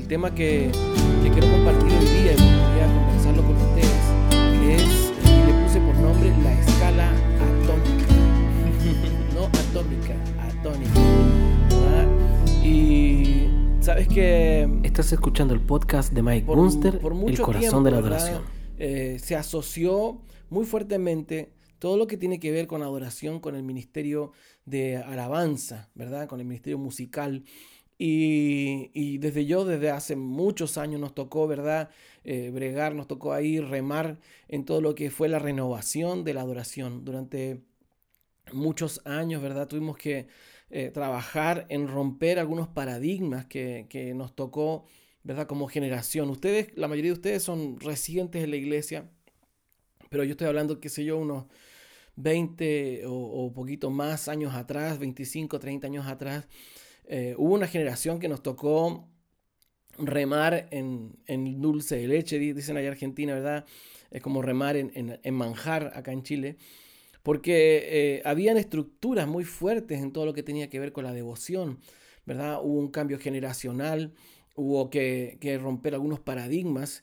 El tema que quiero compartir hoy día y me gustaría conversarlo con ustedes es, y le puse por nombre, la escala atómica. No atómica, atónica, ¿verdad? Y sabes que Estás escuchando el podcast de Mike Bunster, por El mucho corazón tiempo, de la ¿verdad? adoración. Se asoció muy fuertemente todo lo que tiene que ver con adoración con el ministerio de alabanza, ¿verdad? Con el ministerio musical. Y desde hace muchos años nos tocó, ¿verdad? Bregar, nos tocó ahí remar en todo lo que fue la renovación de la adoración. Durante muchos años, ¿verdad? Tuvimos que trabajar en romper algunos paradigmas que nos tocó, ¿verdad? Como generación. Ustedes, la mayoría de ustedes son recientes en la iglesia, pero yo estoy hablando, qué sé yo, unos 20 o poquito más años atrás, 25, 30 años atrás. Hubo una generación que nos tocó remar en dulce de leche, dicen allá en Argentina, ¿verdad? Es como remar en manjar acá en Chile, porque habían estructuras muy fuertes en todo lo que tenía que ver con la devoción, ¿verdad? Hubo un cambio generacional, hubo que romper algunos paradigmas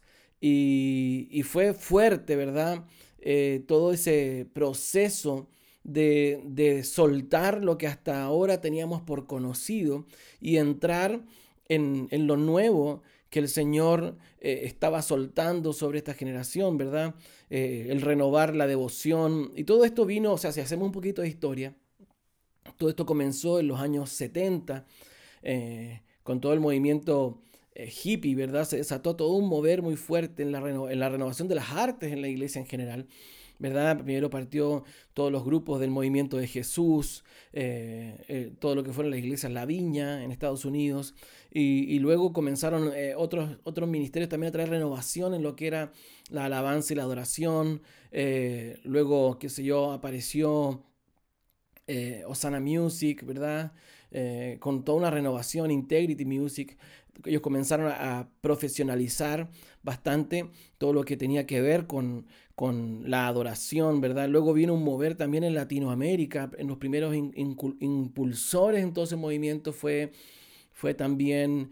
y fue fuerte, ¿verdad? Todo ese proceso de soltar lo que hasta ahora teníamos por conocido y entrar en lo nuevo que el Señor estaba soltando sobre esta generación, ¿verdad? El renovar la devoción. Y todo esto vino, o sea, si hacemos un poquito de historia, todo esto comenzó en los años 70, con todo el movimiento hippie, ¿verdad? Se desató todo un mover muy fuerte en la renovación de las artes en la iglesia en general, ¿verdad? Primero partió todos los grupos del movimiento de Jesús, todo lo que fueron las iglesias La Viña en Estados Unidos, y luego comenzaron otros ministerios también a traer renovación en lo que era la alabanza y la adoración. Luego, qué sé yo, apareció Osana Music, ¿verdad? Con toda una renovación, Integrity Music. Ellos comenzaron a profesionalizar bastante todo lo que tenía que ver con la adoración, ¿verdad? Luego vino un mover también en Latinoamérica. En los primeros impulsores en todo ese movimiento fue también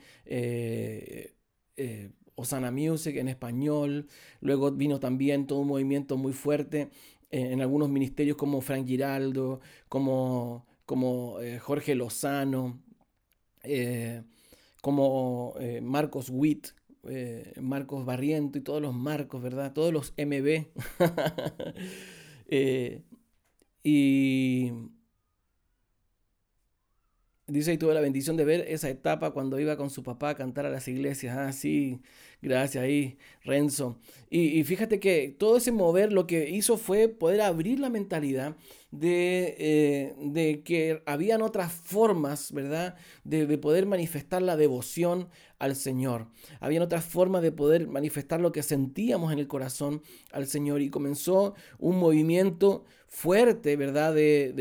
Osana Music en español. Luego vino también todo un movimiento muy fuerte en algunos ministerios como Frank Giraldo, como Jorge Lozano, eh, como Marcos Witt, Marcos Barriento y todos los Marcos, ¿verdad? Todos los MB. eh, y dice, y tuve la bendición de ver esa etapa cuando iba con su papá a cantar a las iglesias. Ah, sí, gracias ahí, Renzo. Y fíjate que todo ese mover lo que hizo fue poder abrir la mentalidad de que habían otras formas, ¿verdad? De poder manifestar la devoción al Señor. Habían otras formas de poder manifestar lo que sentíamos en el corazón al Señor. Y comenzó un movimiento fuerte, ¿verdad?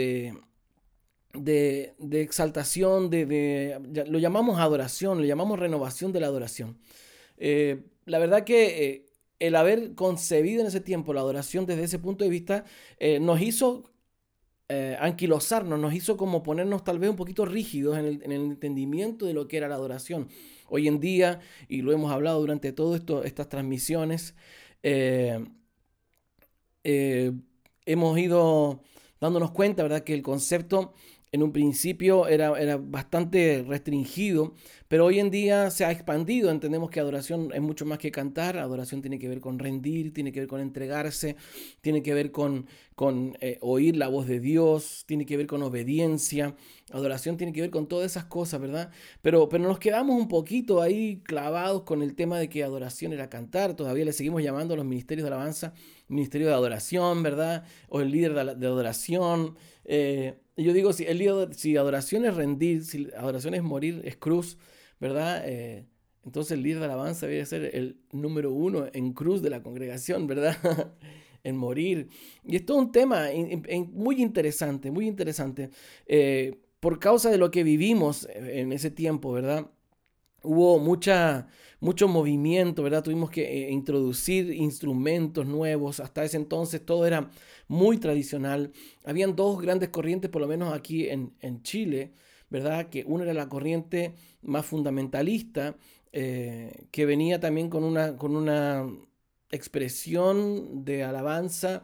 De exaltación, lo llamamos adoración, lo llamamos renovación de la adoración. La verdad que el haber concebido en ese tiempo la adoración desde ese punto de vista nos hizo anquilosarnos, nos hizo como ponernos tal vez un poquito rígidos en el entendimiento de lo que era la adoración. Hoy en día, y lo hemos hablado durante todas estas transmisiones, eh, eh, hemos ido dándonos cuenta, ¿verdad?, que el concepto en un principio era bastante restringido, pero hoy en día se ha expandido. Entendemos que adoración es mucho más que cantar. Adoración tiene que ver con rendir, tiene que ver con entregarse, tiene que ver con oír la voz de Dios, tiene que ver con obediencia. Adoración tiene que ver con todas esas cosas, ¿verdad? Pero nos quedamos un poquito ahí clavados con el tema de que adoración era cantar. Todavía le seguimos llamando a los ministerios de alabanza ministerio de adoración, ¿verdad? O el líder de adoración. Y yo digo, si adoración es rendir, si adoración es morir, es cruz, ¿verdad? Entonces el líder de alabanza debe ser el número uno en cruz de la congregación, ¿verdad? En morir. Y es todo un tema muy interesante, muy interesante. Por causa de lo que vivimos en ese tiempo, ¿verdad? Hubo mucho movimiento, ¿verdad? Tuvimos que introducir instrumentos nuevos. Hasta ese entonces todo era muy tradicional. Habían dos grandes corrientes, por lo menos aquí en Chile, ¿verdad? Que una era la corriente más fundamentalista, que venía también con una expresión de alabanza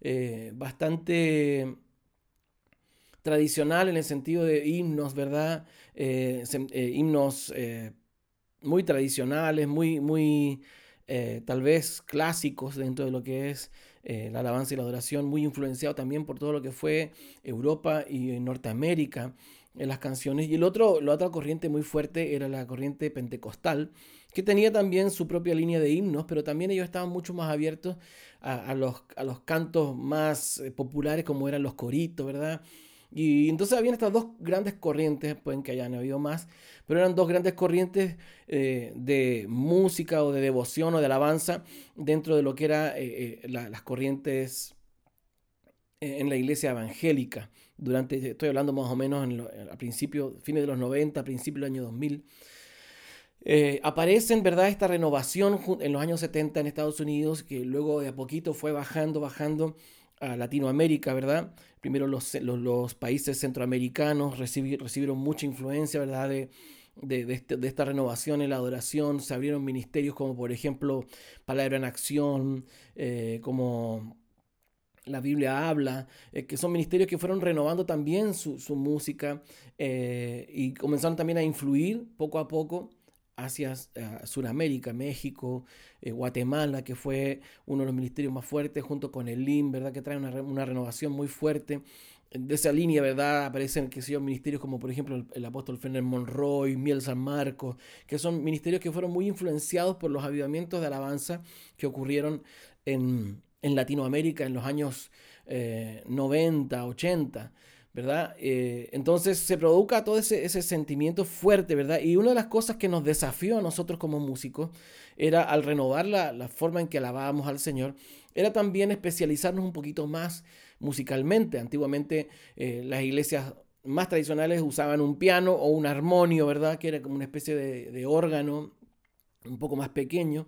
bastante tradicional en el sentido de himnos, ¿verdad? Himnos muy tradicionales, tal vez clásicos dentro de lo que es la alabanza y la adoración, muy influenciado también por todo lo que fue Europa y Norteamérica en las canciones. Y la otra corriente muy fuerte era la corriente pentecostal, que tenía también su propia línea de himnos, pero también ellos estaban mucho más abiertos a los cantos más populares, como eran los coritos, ¿verdad? Y entonces habían estas dos grandes corrientes, pueden que hayan habido más, pero eran dos grandes corrientes de música o de devoción o de alabanza dentro de lo que eran las corrientes en la iglesia evangélica. Estoy hablando más o menos a principios, fines de los 90, principios del año 2000. Aparece en verdad esta renovación en los años 70 en Estados Unidos, que luego de a poquito fue bajando a Latinoamérica, ¿verdad? Primero los países centroamericanos recibieron mucha influencia, ¿verdad? De esta renovación en la adoración. Se abrieron ministerios como por ejemplo Palabra en Acción, como la Biblia habla, que son ministerios que fueron renovando también su música, y comenzaron también a influir poco a poco hacia Sudamérica, México, Guatemala, que fue uno de los ministerios más fuertes, junto con el LIM, ¿verdad? Que trae una renovación muy fuerte. De esa línea, ¿verdad? Aparecen, que sé yo, ministerios como por ejemplo el apóstol Fernández Monroy, Miel San Marcos, que son ministerios que fueron muy influenciados por los avivamientos de alabanza que ocurrieron en Latinoamérica en los años 90, 80, ¿verdad? Entonces se produce todo ese sentimiento fuerte, ¿verdad? Y una de las cosas que nos desafió a nosotros como músicos era, al renovar la forma en que alabábamos al Señor, era también especializarnos un poquito más musicalmente. Antiguamente las iglesias más tradicionales usaban un piano o un armonio, ¿verdad? Que era como una especie de órgano un poco más pequeño.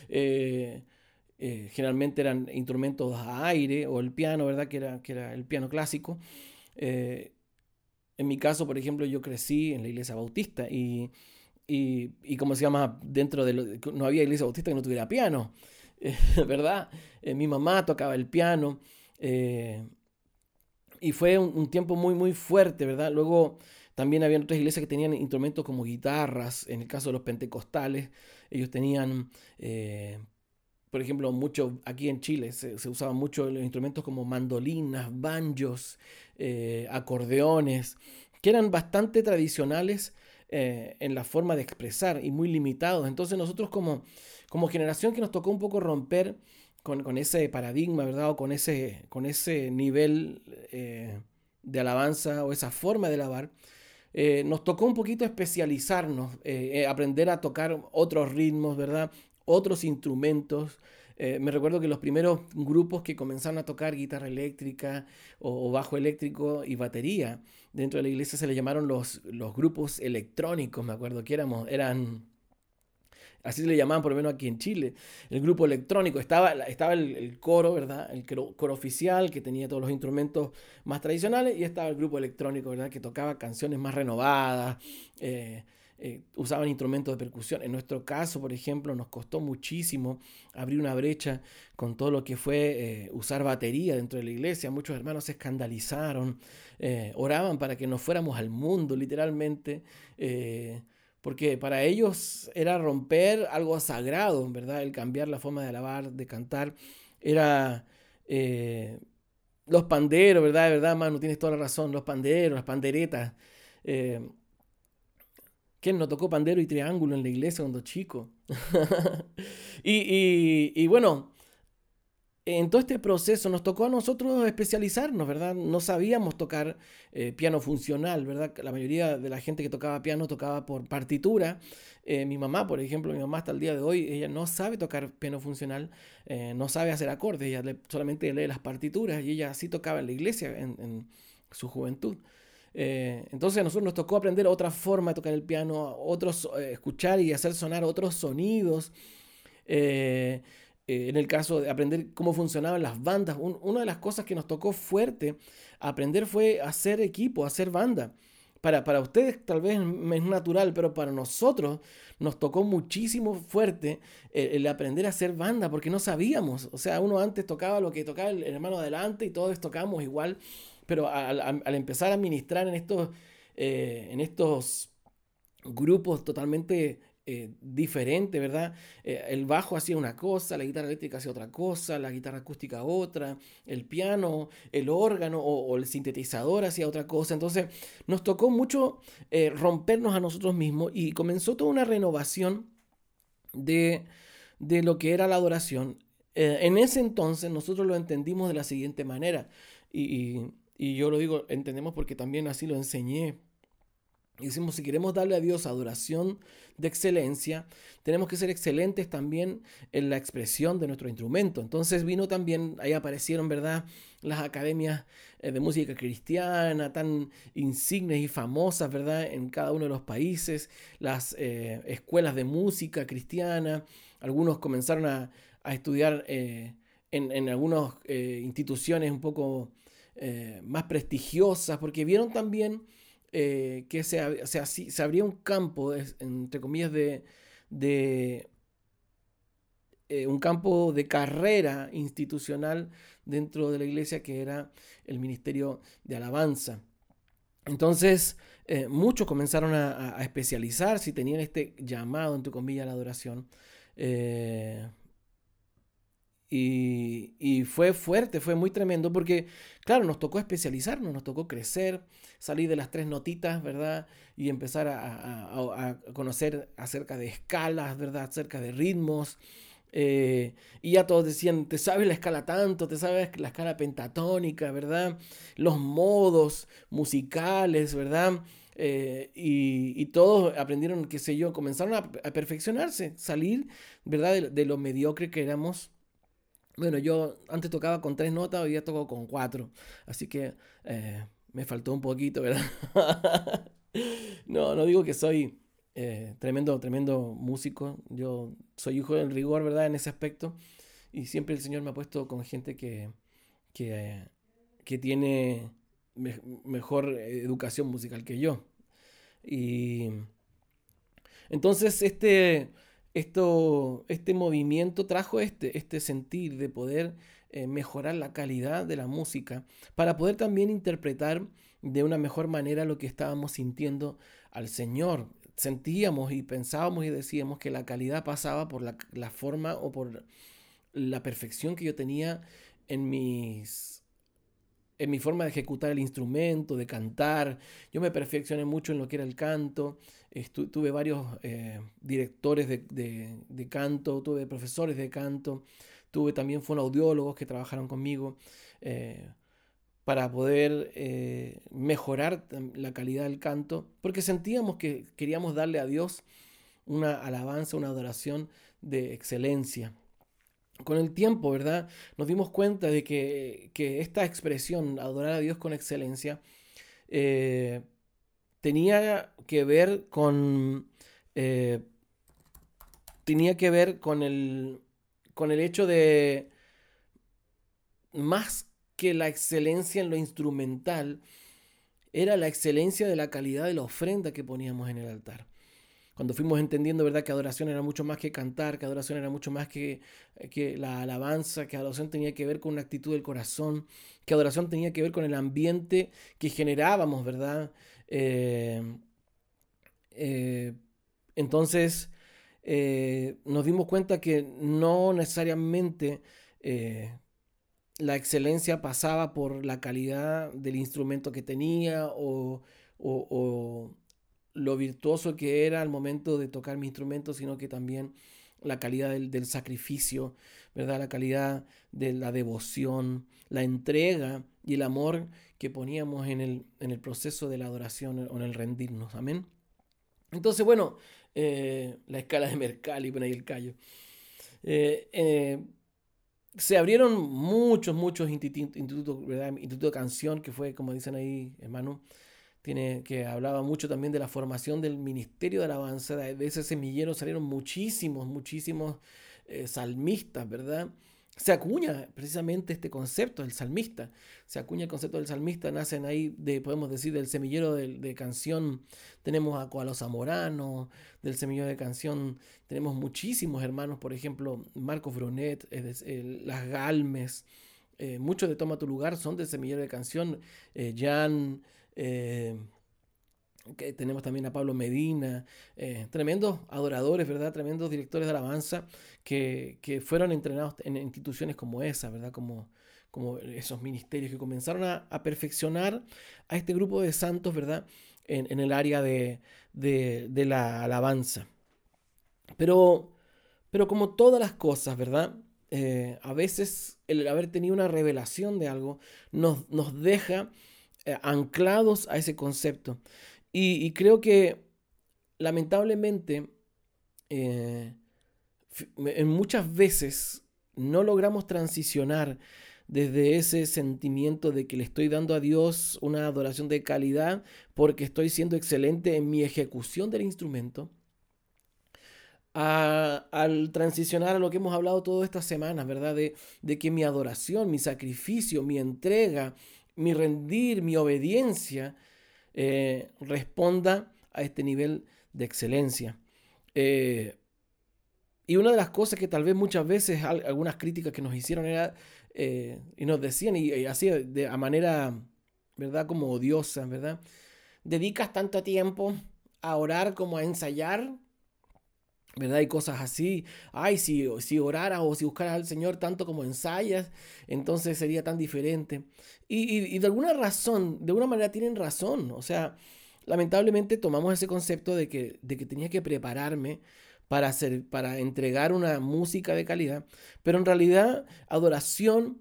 Generalmente eran instrumentos a aire, o el piano, ¿verdad? Que era el piano clásico. Eh, en mi caso, por ejemplo, yo crecí en la iglesia bautista y ¿cómo se llama? No había iglesia bautista que no tuviera piano, ¿verdad? Mi mamá tocaba el piano, eh, y fue un tiempo muy, muy fuerte, ¿verdad? Luego también había otras iglesias que tenían instrumentos como guitarras. En el caso de los pentecostales, ellos tenían, por ejemplo, mucho aquí en Chile se usaban mucho los instrumentos como mandolinas, banjos, acordeones, que eran bastante tradicionales en la forma de expresar y muy limitados. Entonces nosotros como generación que nos tocó un poco romper con ese paradigma, ¿verdad? O con ese nivel de alabanza o esa forma de alabar, nos tocó un poquito especializarnos, aprender a tocar otros ritmos, ¿verdad? Otros instrumentos. Me recuerdo que los primeros grupos que comenzaron a tocar guitarra eléctrica o bajo eléctrico y batería dentro de la iglesia se le llamaron los grupos electrónicos. Me acuerdo que eran así se le llamaban por lo menos aquí en Chile, el grupo electrónico. Estaba el coro, ¿verdad? El coro oficial, que tenía todos los instrumentos más tradicionales, y estaba el grupo electrónico, ¿verdad? Que tocaba canciones más renovadas, usaban instrumentos de percusión. En nuestro caso, por ejemplo, nos costó muchísimo abrir una brecha con todo lo que fue usar batería dentro de la iglesia. Muchos hermanos se escandalizaron, oraban para que nos fuéramos al mundo, literalmente, porque para ellos era romper algo sagrado, ¿verdad? El cambiar la forma de alabar, de cantar. Era los panderos, ¿verdad? De verdad, mano, tienes toda la razón. Los panderos, las panderetas. Eh, ¿Quién no tocó pandero y triángulo en la iglesia cuando chico? Y bueno, en todo este proceso nos tocó a nosotros especializarnos, ¿verdad? No sabíamos tocar piano funcional, ¿verdad? La mayoría de la gente que tocaba piano tocaba por partitura. Mi mamá, por ejemplo, mi mamá hasta el día de hoy, ella no sabe tocar piano funcional, no sabe hacer acordes, ella solamente lee las partituras, y ella así tocaba en la iglesia en su juventud. Entonces a nosotros nos tocó aprender otra forma de tocar el piano, escuchar y hacer sonar otros sonidos. Eh, en el caso de aprender cómo funcionaban las bandas, una de las cosas que nos tocó fuerte aprender fue hacer equipo, hacer banda. para ustedes tal vez es natural, pero para nosotros nos tocó muchísimo fuerte el aprender a hacer banda, porque no sabíamos. O sea, uno antes tocaba lo que tocaba el hermano adelante y todos tocábamos igual, pero al empezar a ministrar en estos grupos totalmente diferentes, ¿verdad? El bajo hacía una cosa, la guitarra eléctrica hacía otra cosa, la guitarra acústica otra, el piano, el órgano o el sintetizador hacía otra cosa. Entonces nos tocó mucho rompernos a nosotros mismos y comenzó toda una renovación de, de lo que era la adoración. En ese entonces nosotros lo entendimos de la siguiente manera y yo lo digo, entendemos porque también así lo enseñé. Y decimos, si queremos darle a Dios adoración de excelencia, tenemos que ser excelentes también en la expresión de nuestro instrumento. Entonces vino también, ahí aparecieron, ¿verdad?, las academias de música cristiana, tan insignes y famosas, ¿verdad?, en cada uno de los países, las escuelas de música cristiana. Algunos comenzaron a estudiar en algunas instituciones un poco más prestigiosas, porque vieron también que se abría un campo, entre comillas, de un campo de carrera institucional dentro de la iglesia, que era el ministerio de alabanza. Entonces, muchos comenzaron a especializarse y tenían este llamado, entre comillas, a la adoración. Eh, y fue fuerte, fue muy tremendo porque, claro, nos tocó especializarnos, nos tocó crecer, salir de las tres notitas, ¿verdad? Y empezar a conocer acerca de escalas, ¿verdad? Acerca de ritmos. Y ya todos decían, te sabes la escala tanto, te sabes la escala pentatónica, ¿verdad? Los modos musicales, ¿verdad? Y todos aprendieron, qué sé yo, comenzaron a perfeccionarse, salir, ¿verdad? De lo mediocre que éramos. Bueno, yo antes tocaba con tres notas, hoy día toco con cuatro. Así que me faltó un poquito, ¿verdad? No, no digo que soy tremendo músico. Yo soy hijo del rigor, ¿verdad? En ese aspecto. Y siempre el Señor me ha puesto con gente que, que tiene mejor educación musical que yo. Y entonces este movimiento trajo este sentir de poder mejorar la calidad de la música para poder también interpretar de una mejor manera lo que estábamos sintiendo al Señor. Sentíamos y pensábamos y decíamos que la calidad pasaba por la forma o por la perfección que yo tenía en en mi forma de ejecutar el instrumento, de cantar. Yo me perfeccioné mucho en lo que era el canto. Tuve varios directores de canto, tuve profesores de canto, tuve también fonoaudiólogos que trabajaron conmigo eh, para poder mejorar la calidad del canto, porque sentíamos que queríamos darle a Dios una alabanza, una adoración de excelencia. Con el tiempo, ¿verdad? Nos dimos cuenta de que esta expresión, adorar a Dios con excelencia, eh, tenía que ver eh, con el hecho de, más que la excelencia en lo instrumental, era la excelencia de la calidad de la ofrenda que poníamos en el altar. Cuando fuimos entendiendo, ¿verdad?, que adoración era mucho más que cantar, que adoración era mucho más que la alabanza, que adoración tenía que ver con una actitud del corazón, que adoración tenía que ver con el ambiente que generábamos, ¿verdad? Eh, eh, entonces nos dimos cuenta que no necesariamente eh, la excelencia pasaba por la calidad del instrumento que tenía o lo virtuoso que era al momento de tocar mi instrumento, sino que también la calidad del sacrificio, ¿verdad? La calidad de la devoción, la entrega y el amor que poníamos en el proceso de la adoración o en el rendirnos. Amén. Entonces, bueno, la escala de Mercalli, pone ahí el callo. Eh, eh, Se abrieron muchos institutos, ¿verdad? Instituto de Canción, que fue, como dicen ahí, hermano, que hablaba mucho también de la formación del ministerio de alabanza. De ese semillero salieron muchísimos salmistas, ¿verdad? se acuña precisamente este concepto del salmista. Se acuña el concepto del salmista, nacen ahí, podemos decir, del semillero de canción. Tenemos a los Zamoranos, del semillero de canción tenemos muchísimos hermanos, por ejemplo, Marcos Brunet, Las Galmes, muchos de Toma tu lugar son del semillero de canción, Jan, que tenemos también a Pablo Medina, tremendos adoradores, ¿verdad? Tremendos directores de alabanza que fueron entrenados en instituciones como esa, ¿verdad? Como esos ministerios que comenzaron a perfeccionar a este grupo de santos, ¿verdad? En el área de la alabanza. Pero como todas las cosas, ¿verdad? A veces el haber tenido una revelación de algo nos deja anclados a ese concepto. Y creo que lamentablemente eh, en muchas veces no logramos transicionar desde ese sentimiento de que le estoy dando a Dios una adoración de calidad porque estoy siendo excelente en mi ejecución del instrumento, al transicionar a lo que hemos hablado todas estas semanas, ¿verdad? De que mi adoración, mi sacrificio, mi entrega, mi rendir, mi obediencia responda a este nivel de excelencia. Eh, y una de las cosas que tal vez muchas veces algunas críticas que nos hicieron era, y nos decían, y así a manera, ¿verdad? Como odiosa, ¿verdad? ¿Dedicas tanto tiempo a orar como a ensayar? ¿Verdad? Y cosas así. Ay, si oraras o si buscaras al Señor tanto como ensayas, entonces sería tan diferente. Y de alguna razón, de alguna manera tienen razón. O sea, lamentablemente tomamos ese concepto de que tenía que prepararme para entregar una música de calidad, pero en realidad adoración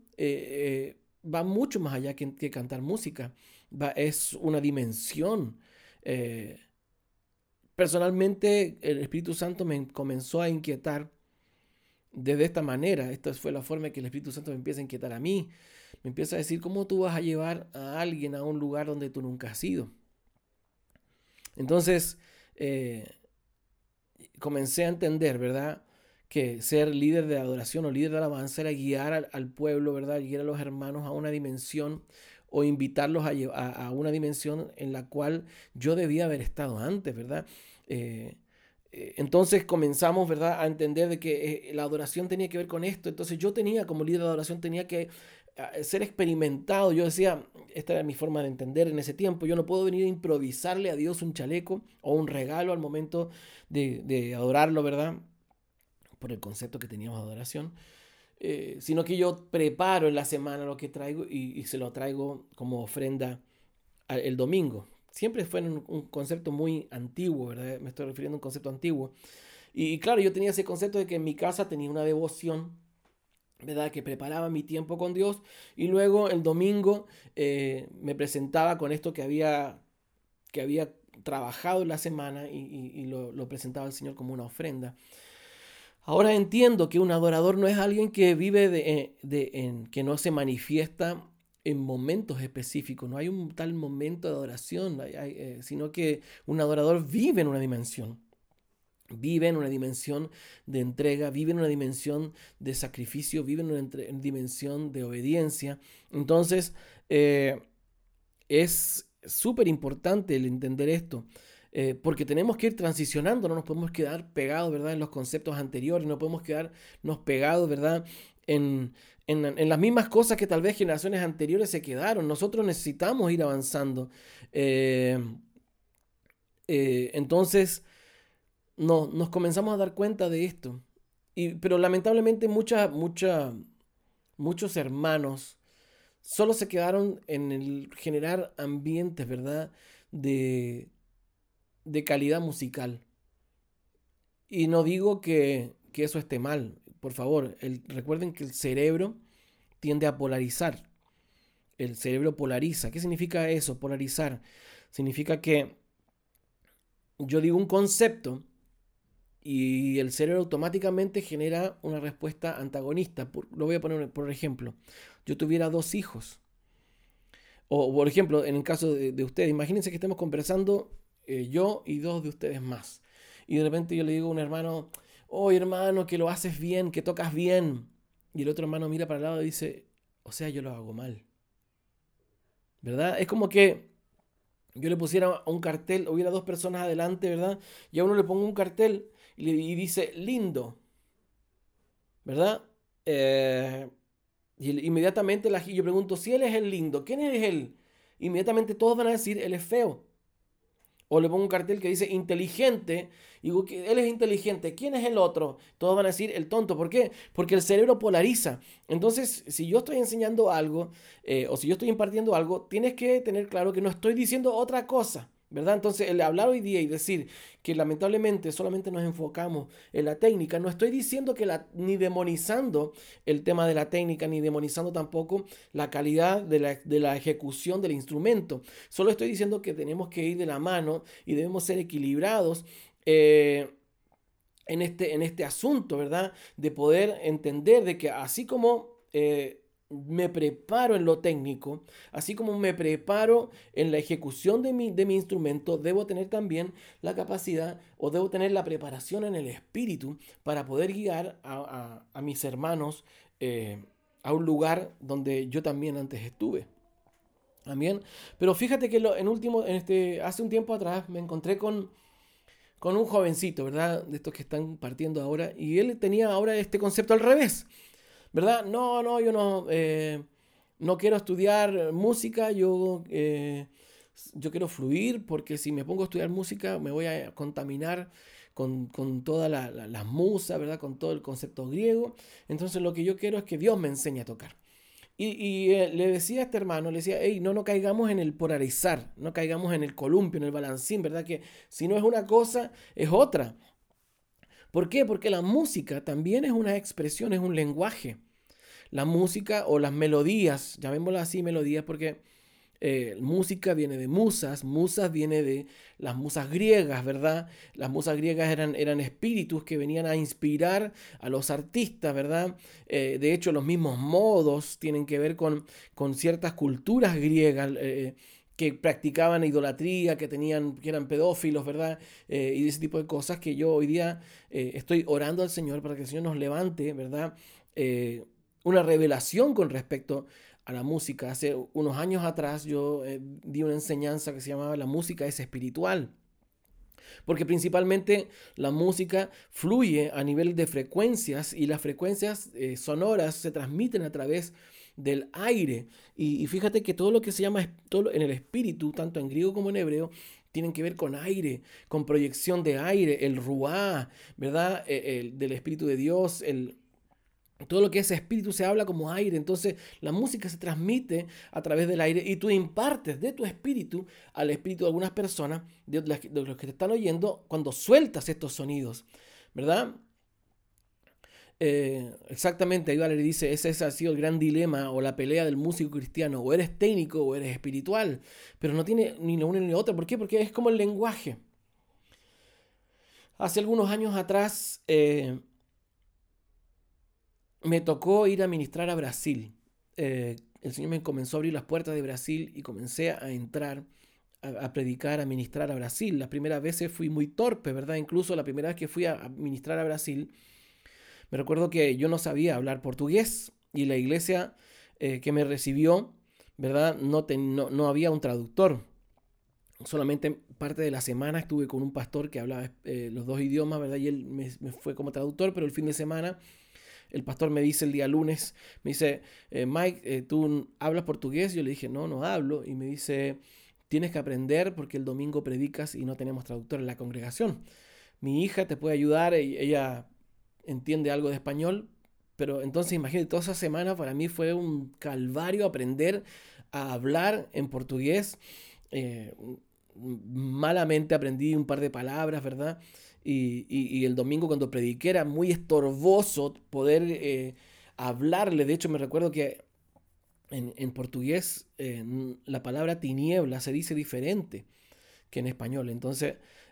va mucho más allá que cantar música. Es una dimensión. eh, Personalmente, el Espíritu Santo me comenzó a inquietar desde esta manera. Esta fue la forma en que el Espíritu Santo me empieza a inquietar a mí. Me empieza a decir, ¿cómo tú vas a llevar a alguien a un lugar donde tú nunca has ido? Entonces, eh, comencé a entender, ¿verdad? Que ser líder de adoración o líder de alabanza era guiar al pueblo, ¿verdad? Guiar a los hermanos a una dimensión o invitarlos a una dimensión en la cual yo debía haber estado antes, ¿verdad? Eh, entonces comenzamos, ¿verdad?, a entender de que la adoración tenía que ver con esto. Entonces yo tenía, como líder de adoración, tenía que ser experimentado. Yo decía, esta era mi forma de entender en ese tiempo, yo no puedo venir a improvisarle a Dios un chaleco o un regalo al momento de adorarlo, ¿verdad? Por el concepto que teníamos de adoración. Sino que yo preparo en la semana lo que traigo y se lo traigo como ofrenda el domingo. Siempre fue un concepto muy antiguo, ¿verdad? Me estoy refiriendo a un concepto antiguo. Y claro, yo tenía ese concepto de que en mi casa tenía una devoción, ¿verdad? Que preparaba mi tiempo con Dios y luego el domingo me presentaba con esto que había trabajado en la semana y lo presentaba al Señor como una ofrenda. Ahora entiendo que un adorador no es alguien que vive que no se manifiesta en momentos específicos. No hay un tal momento de adoración, sino que un adorador vive en una dimensión. Vive en una dimensión de entrega, vive en una dimensión de sacrificio, vive en una dimensión de obediencia. Entonces, es súper importante el entender esto. Porque tenemos que ir transicionando, no nos podemos quedar pegados, ¿verdad?, en los conceptos anteriores, no podemos quedarnos pegados, ¿verdad?, en las mismas cosas que tal vez generaciones anteriores se quedaron. Nosotros necesitamos ir avanzando. Eh, entonces, no, nos comenzamos a dar cuenta de esto. Pero lamentablemente muchos hermanos solo se quedaron en el generar ambientes, ¿verdad?, de calidad musical. Y no digo que eso esté mal, por favor. Recuerden que el cerebro tiende a polarizar. El cerebro polariza. ¿Qué significa eso? Polarizar. Significa que yo digo un concepto y el cerebro automáticamente genera una respuesta antagonista. Lo voy a poner por ejemplo. Yo tuviera dos hijos. O por ejemplo, en el caso de ustedes, imagínense que estemos conversando yo y dos de ustedes más. Y de repente yo le digo a un hermano, oh hermano, que lo haces bien, que tocas bien. y el otro hermano mira para el lado y dice, o sea, yo lo hago mal, ¿verdad? Es como que yo le pusiera un cartel, hubiera dos personas adelante, ¿verdad? Y a uno le pongo un cartel y dice lindo, ¿verdad? Y inmediatamente yo pregunto, si él es el lindo, ¿quién es él? Inmediatamente todos van a decir, él es feo. O le pongo un cartel que dice inteligente, y digo que él es inteligente. ¿Quién es el otro? Todos van a decir el tonto. ¿Por qué? Porque el cerebro polariza. Entonces, si yo estoy enseñando algo, o si yo estoy impartiendo algo, tienes que tener claro que no estoy diciendo otra cosa, ¿verdad? Entonces, el hablar hoy día y decir que lamentablemente solamente nos enfocamos en la técnica, no estoy diciendo que ni demonizando el tema de la técnica, ni demonizando tampoco la calidad de la ejecución del instrumento. Solo estoy diciendo que tenemos que ir de la mano y debemos ser equilibrados en este asunto, ¿verdad? De poder entender de que así como me preparo en lo técnico, así como me preparo en la ejecución de mi instrumento, debo tener también la capacidad o debo tener la preparación en el espíritu para poder guiar a mis hermanos a un lugar donde yo también antes estuve. También, pero fíjate que hace un tiempo atrás me encontré con un jovencito, ¿verdad? De estos que están partiendo ahora, y él tenía ahora este concepto al revés, ¿verdad? No, yo no quiero estudiar música, yo quiero fluir, porque si me pongo a estudiar música me voy a contaminar con todas las musas, ¿verdad? Con todo el concepto griego. Entonces lo que yo quiero es que Dios me enseñe a tocar. Le decía a este hermano, le decía, hey, no caigamos en el polarizar, no caigamos en el columpio, en el balancín, ¿verdad? Que si no es una cosa, es otra. ¿Por qué? Porque la música también es una expresión, es un lenguaje. La música o las melodías, llamémoslas así melodías, porque música viene de musas, musas viene de las musas griegas, ¿verdad? Las musas griegas eran espíritus que venían a inspirar a los artistas, ¿verdad? De hecho, los mismos modos tienen que ver con ciertas culturas griegas. Que practicaban idolatría, que eran pedófilos, ¿verdad? Y ese tipo de cosas que yo hoy día estoy orando al Señor para que el Señor nos levante, ¿verdad? Una revelación con respecto a la música. Hace unos años atrás yo di una enseñanza que se llamaba La música es espiritual. Porque principalmente la música fluye a nivel de frecuencias y las frecuencias sonoras se transmiten a través del aire. Y fíjate que todo lo que se llama todo en el espíritu, tanto en griego como en hebreo, tienen que ver con aire, con proyección de aire, el ruá, ¿verdad? Del Espíritu de Dios, todo lo que es espíritu se habla como aire. Entonces la música se transmite a través del aire y tú impartes de tu espíritu al espíritu de algunas personas, de los que te están oyendo, cuando sueltas estos sonidos, ¿verdad? Exactamente, ahí Valerie dice, ese ha sido el gran dilema o la pelea del músico cristiano, o eres técnico o eres espiritual, pero no tiene ni lo uno ni lo otro. ¿Por qué? Porque es como el lenguaje. Hace algunos años atrás me tocó ir a ministrar a Brasil. El Señor me comenzó a abrir las puertas de Brasil y comencé a entrar a predicar, a ministrar a Brasil. Las primeras veces fui muy torpe, ¿verdad? Incluso la primera vez que fui a ministrar a Brasil, me recuerdo que yo no sabía hablar portugués y la iglesia que me recibió, ¿verdad? No había un traductor. Solamente parte de la semana estuve con un pastor que hablaba los dos idiomas, ¿verdad? Y él me fue como traductor, pero el fin de semana el pastor me dice el día lunes, me dice, Mike, ¿tú hablas portugués? Yo le dije, no hablo. Y me dice, tienes que aprender porque el domingo predicas y no tenemos traductor en la congregación. Mi hija te puede ayudar, ella entiende algo de español, pero entonces imagínate, toda esa semana para mí fue un calvario aprender a hablar en portugués. Eh, Malamente aprendí un par de palabras, ¿verdad? Y el domingo cuando prediqué era muy estorboso poder hablarle. De hecho, me recuerdo que en portugués la palabra tiniebla se dice diferente que en español. Entonces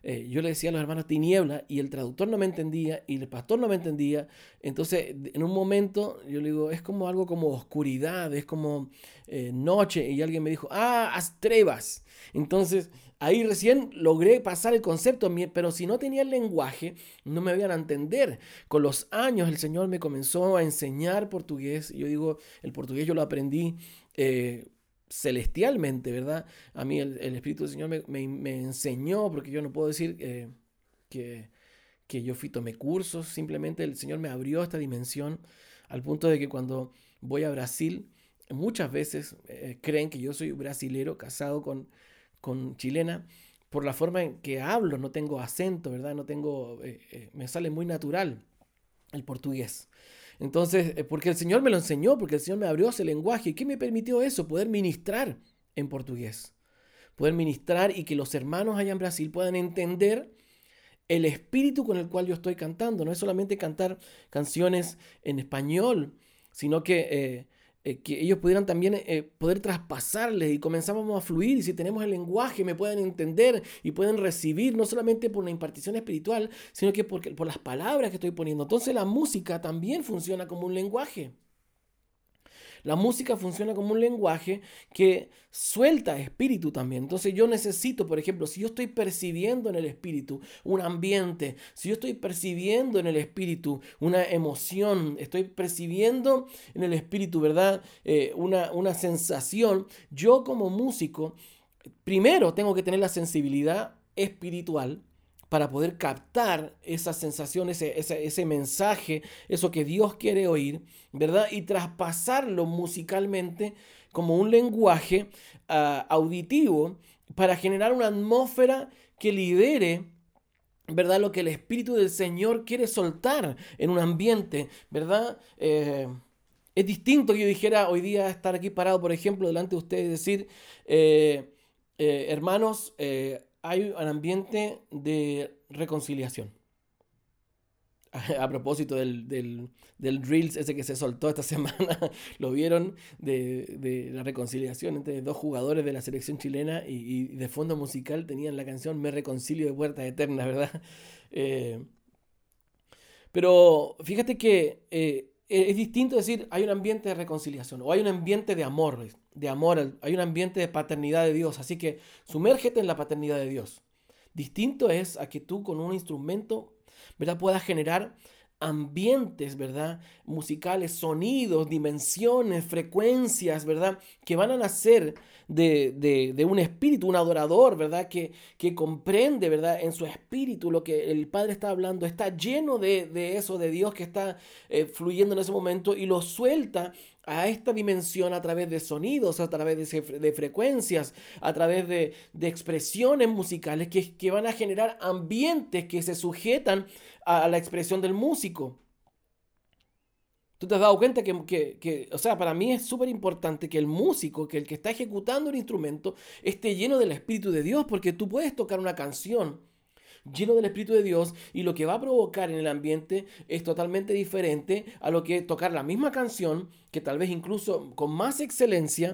yo le decía a los hermanos tiniebla y el traductor no me entendía y el pastor no me entendía. Entonces, en un momento, yo le digo, es como algo como oscuridad, es como noche. Y alguien me dijo, astrevas. Entonces, ahí recién logré pasar el concepto, pero si no tenía el lenguaje, no me iban a entender. Con los años, el Señor me comenzó a enseñar portugués. Yo digo, el portugués yo lo aprendí celestialmente, ¿verdad? A mí el Espíritu del Señor me enseñó, porque yo no puedo decir que, que yo tomé cursos, simplemente el Señor me abrió esta dimensión al punto de que cuando voy a Brasil, muchas veces creen que yo soy brasilero casado con chilena, por la forma en que hablo, no tengo acento, ¿verdad? No tengo, me sale muy natural el portugués. Entonces, porque el Señor me lo enseñó, porque el Señor me abrió ese lenguaje. ¿Y qué me permitió eso? Poder ministrar en portugués. Poder ministrar y que los hermanos allá en Brasil puedan entender el espíritu con el cual yo estoy cantando. No es solamente cantar canciones en español, sino que ellos pudieran también poder traspasarles y comenzábamos a fluir. Y si tenemos el lenguaje, me pueden entender y pueden recibir, no solamente por la impartición espiritual, sino que por las palabras que estoy poniendo. Entonces la música también funciona como un lenguaje. La música funciona como un lenguaje que suelta espíritu también. Entonces yo necesito, por ejemplo, si yo estoy percibiendo en el espíritu un ambiente, si yo estoy percibiendo en el espíritu una emoción, estoy percibiendo en el espíritu, ¿verdad? Una sensación, yo como músico, primero tengo que tener la sensibilidad espiritual para poder captar esa sensación, ese mensaje, eso que Dios quiere oír, ¿verdad? Y traspasarlo musicalmente como un lenguaje auditivo para generar una atmósfera que lidere, ¿verdad? Lo que el Espíritu del Señor quiere soltar en un ambiente, ¿verdad? Es distinto que yo dijera hoy día estar aquí parado, por ejemplo, delante de ustedes y decir, hermanos, hay un ambiente de reconciliación. A propósito del Reels ese que se soltó esta semana, lo vieron de la reconciliación entre dos jugadores de la selección chilena y de fondo musical tenían la canción Me reconcilio de puertas eternas, ¿verdad? Eh, pero fíjate que es distinto decir hay un ambiente de reconciliación o hay un ambiente de amor, hay un ambiente de paternidad de Dios, así que sumérgete en la paternidad de Dios. Distinto es a que tú con un instrumento, ¿verdad?, puedas generar ambientes, ¿verdad?, musicales, sonidos, dimensiones, frecuencias, ¿verdad?, que van a nacer de un espíritu, un adorador, ¿verdad?, que comprende, ¿verdad?, en su espíritu lo que el Padre está hablando, está lleno de eso, de Dios que está fluyendo en ese momento y lo suelta a esta dimensión a través de sonidos, a través de frecuencias, a través de expresiones musicales que van a generar ambientes que se sujetan a la expresión del músico. ¿Tú te has dado cuenta o sea, para mí es súper importante que el músico, que el que está ejecutando el instrumento, esté lleno del Espíritu de Dios? Porque tú puedes tocar una canción lleno del Espíritu de Dios y lo que va a provocar en el ambiente es totalmente diferente a lo que tocar la misma canción, que tal vez incluso con más excelencia,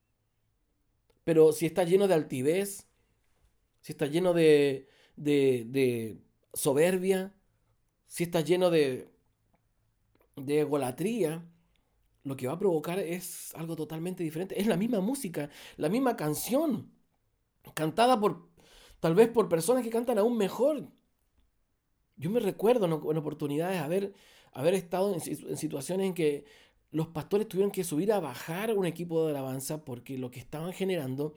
pero si está lleno de altivez, si está lleno de soberbia, si está lleno de egolatría, lo que va a provocar es algo totalmente diferente. Es la misma música, la misma canción, cantada tal vez por personas que cantan aún mejor. Yo me recuerdo en oportunidades haber estado en situaciones en que los pastores tuvieron que subir a bajar un equipo de alabanza porque lo que estaban generando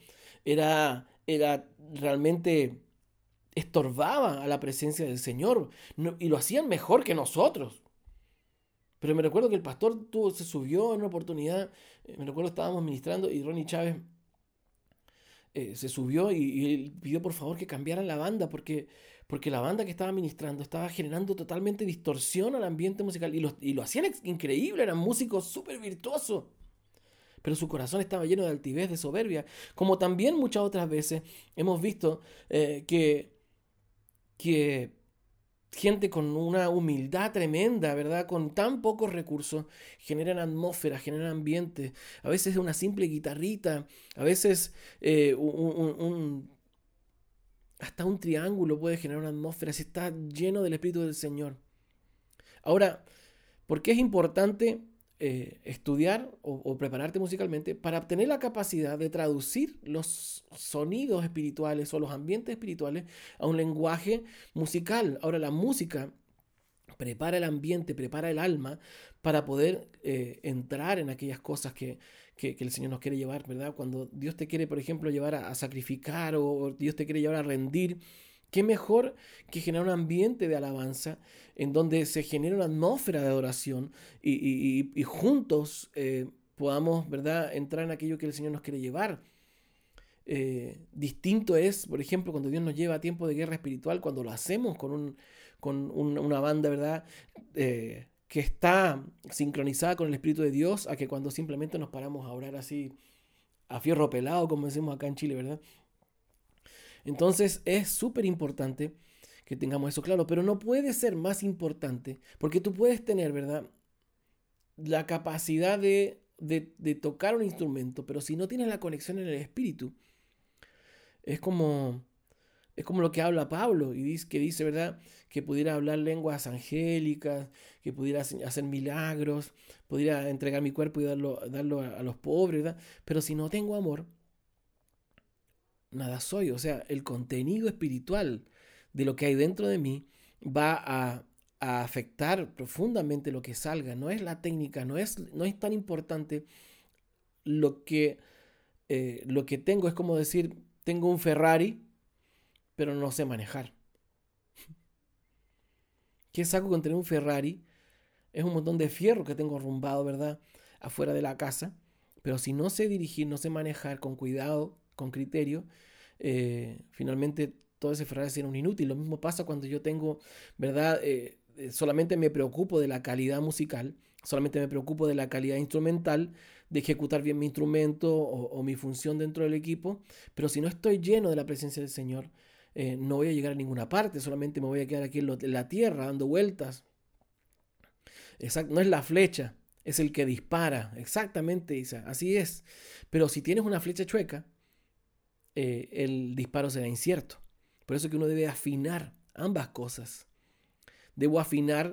era realmente estorbaba a la presencia del Señor, y lo hacían mejor que nosotros. Pero me recuerdo que el pastor se subió en una oportunidad, me recuerdo estábamos ministrando y Ronnie Chávez se subió y él pidió por favor que cambiaran la banda porque la banda que estaba ministrando estaba generando totalmente distorsión al ambiente musical y lo hacían increíble, eran músicos súper virtuosos. Pero su corazón estaba lleno de altivez, de soberbia, como también muchas otras veces hemos visto que gente con una humildad tremenda, ¿verdad? Con tan pocos recursos, generan atmósferas, generan ambientes. A veces una simple guitarrita, a veces Hasta un triángulo puede generar una atmósfera si está lleno del Espíritu del Señor. Ahora, ¿por qué es importante estudiar o prepararte musicalmente? Para obtener la capacidad de traducir los sonidos espirituales o los ambientes espirituales a un lenguaje musical. Ahora, la música prepara el ambiente, prepara el alma para poder entrar en aquellas cosas que el Señor nos quiere llevar, ¿verdad? Cuando Dios te quiere, por ejemplo, llevar a sacrificar o Dios te quiere llevar a rendir, qué mejor que generar un ambiente de alabanza en donde se genera una atmósfera de adoración y juntos podamos, ¿verdad?, entrar en aquello que el Señor nos quiere llevar. Distinto es, por ejemplo, cuando Dios nos lleva a tiempo de guerra espiritual, cuando lo hacemos una banda, ¿verdad?, que está sincronizada con el Espíritu de Dios, a que cuando simplemente nos paramos a orar así a fierro pelado, como decimos acá en Chile, ¿verdad? Entonces es súper importante que tengamos eso claro, pero no puede ser más importante, porque tú puedes tener, ¿verdad?, la capacidad de tocar un instrumento, pero si no tienes la conexión en el Espíritu, es como, es como lo que habla Pablo, que dice, ¿verdad?, que pudiera hablar lenguas angélicas, que pudiera hacer milagros, pudiera entregar mi cuerpo y darlo a los pobres, ¿verdad? Pero si no tengo amor, nada soy. O sea, el contenido espiritual de lo que hay dentro de mí va a afectar profundamente lo que salga. No es la técnica, no es tan importante lo lo que tengo. Es como decir, tengo un Ferrari, pero no sé manejar. ¿Qué saco con tener un Ferrari? Es un montón de fierro que tengo arrumbado, ¿verdad?, afuera de la casa. Pero si no sé dirigir, no sé manejar con cuidado, con criterio, finalmente todo ese Ferrari será un inútil. Lo mismo pasa cuando yo tengo, ¿verdad? Solamente me preocupo de la calidad musical, solamente me preocupo de la calidad instrumental, de ejecutar bien mi instrumento o mi función dentro del equipo, pero si no estoy lleno de la presencia del Señor, no voy a llegar a ninguna parte, solamente me voy a quedar aquí en la tierra dando vueltas. Exacto, no es la flecha, es el que dispara. Exactamente, Isa, así es. Pero si tienes una flecha chueca, el disparo será incierto. Por eso que uno debe afinar ambas cosas. Debo afinar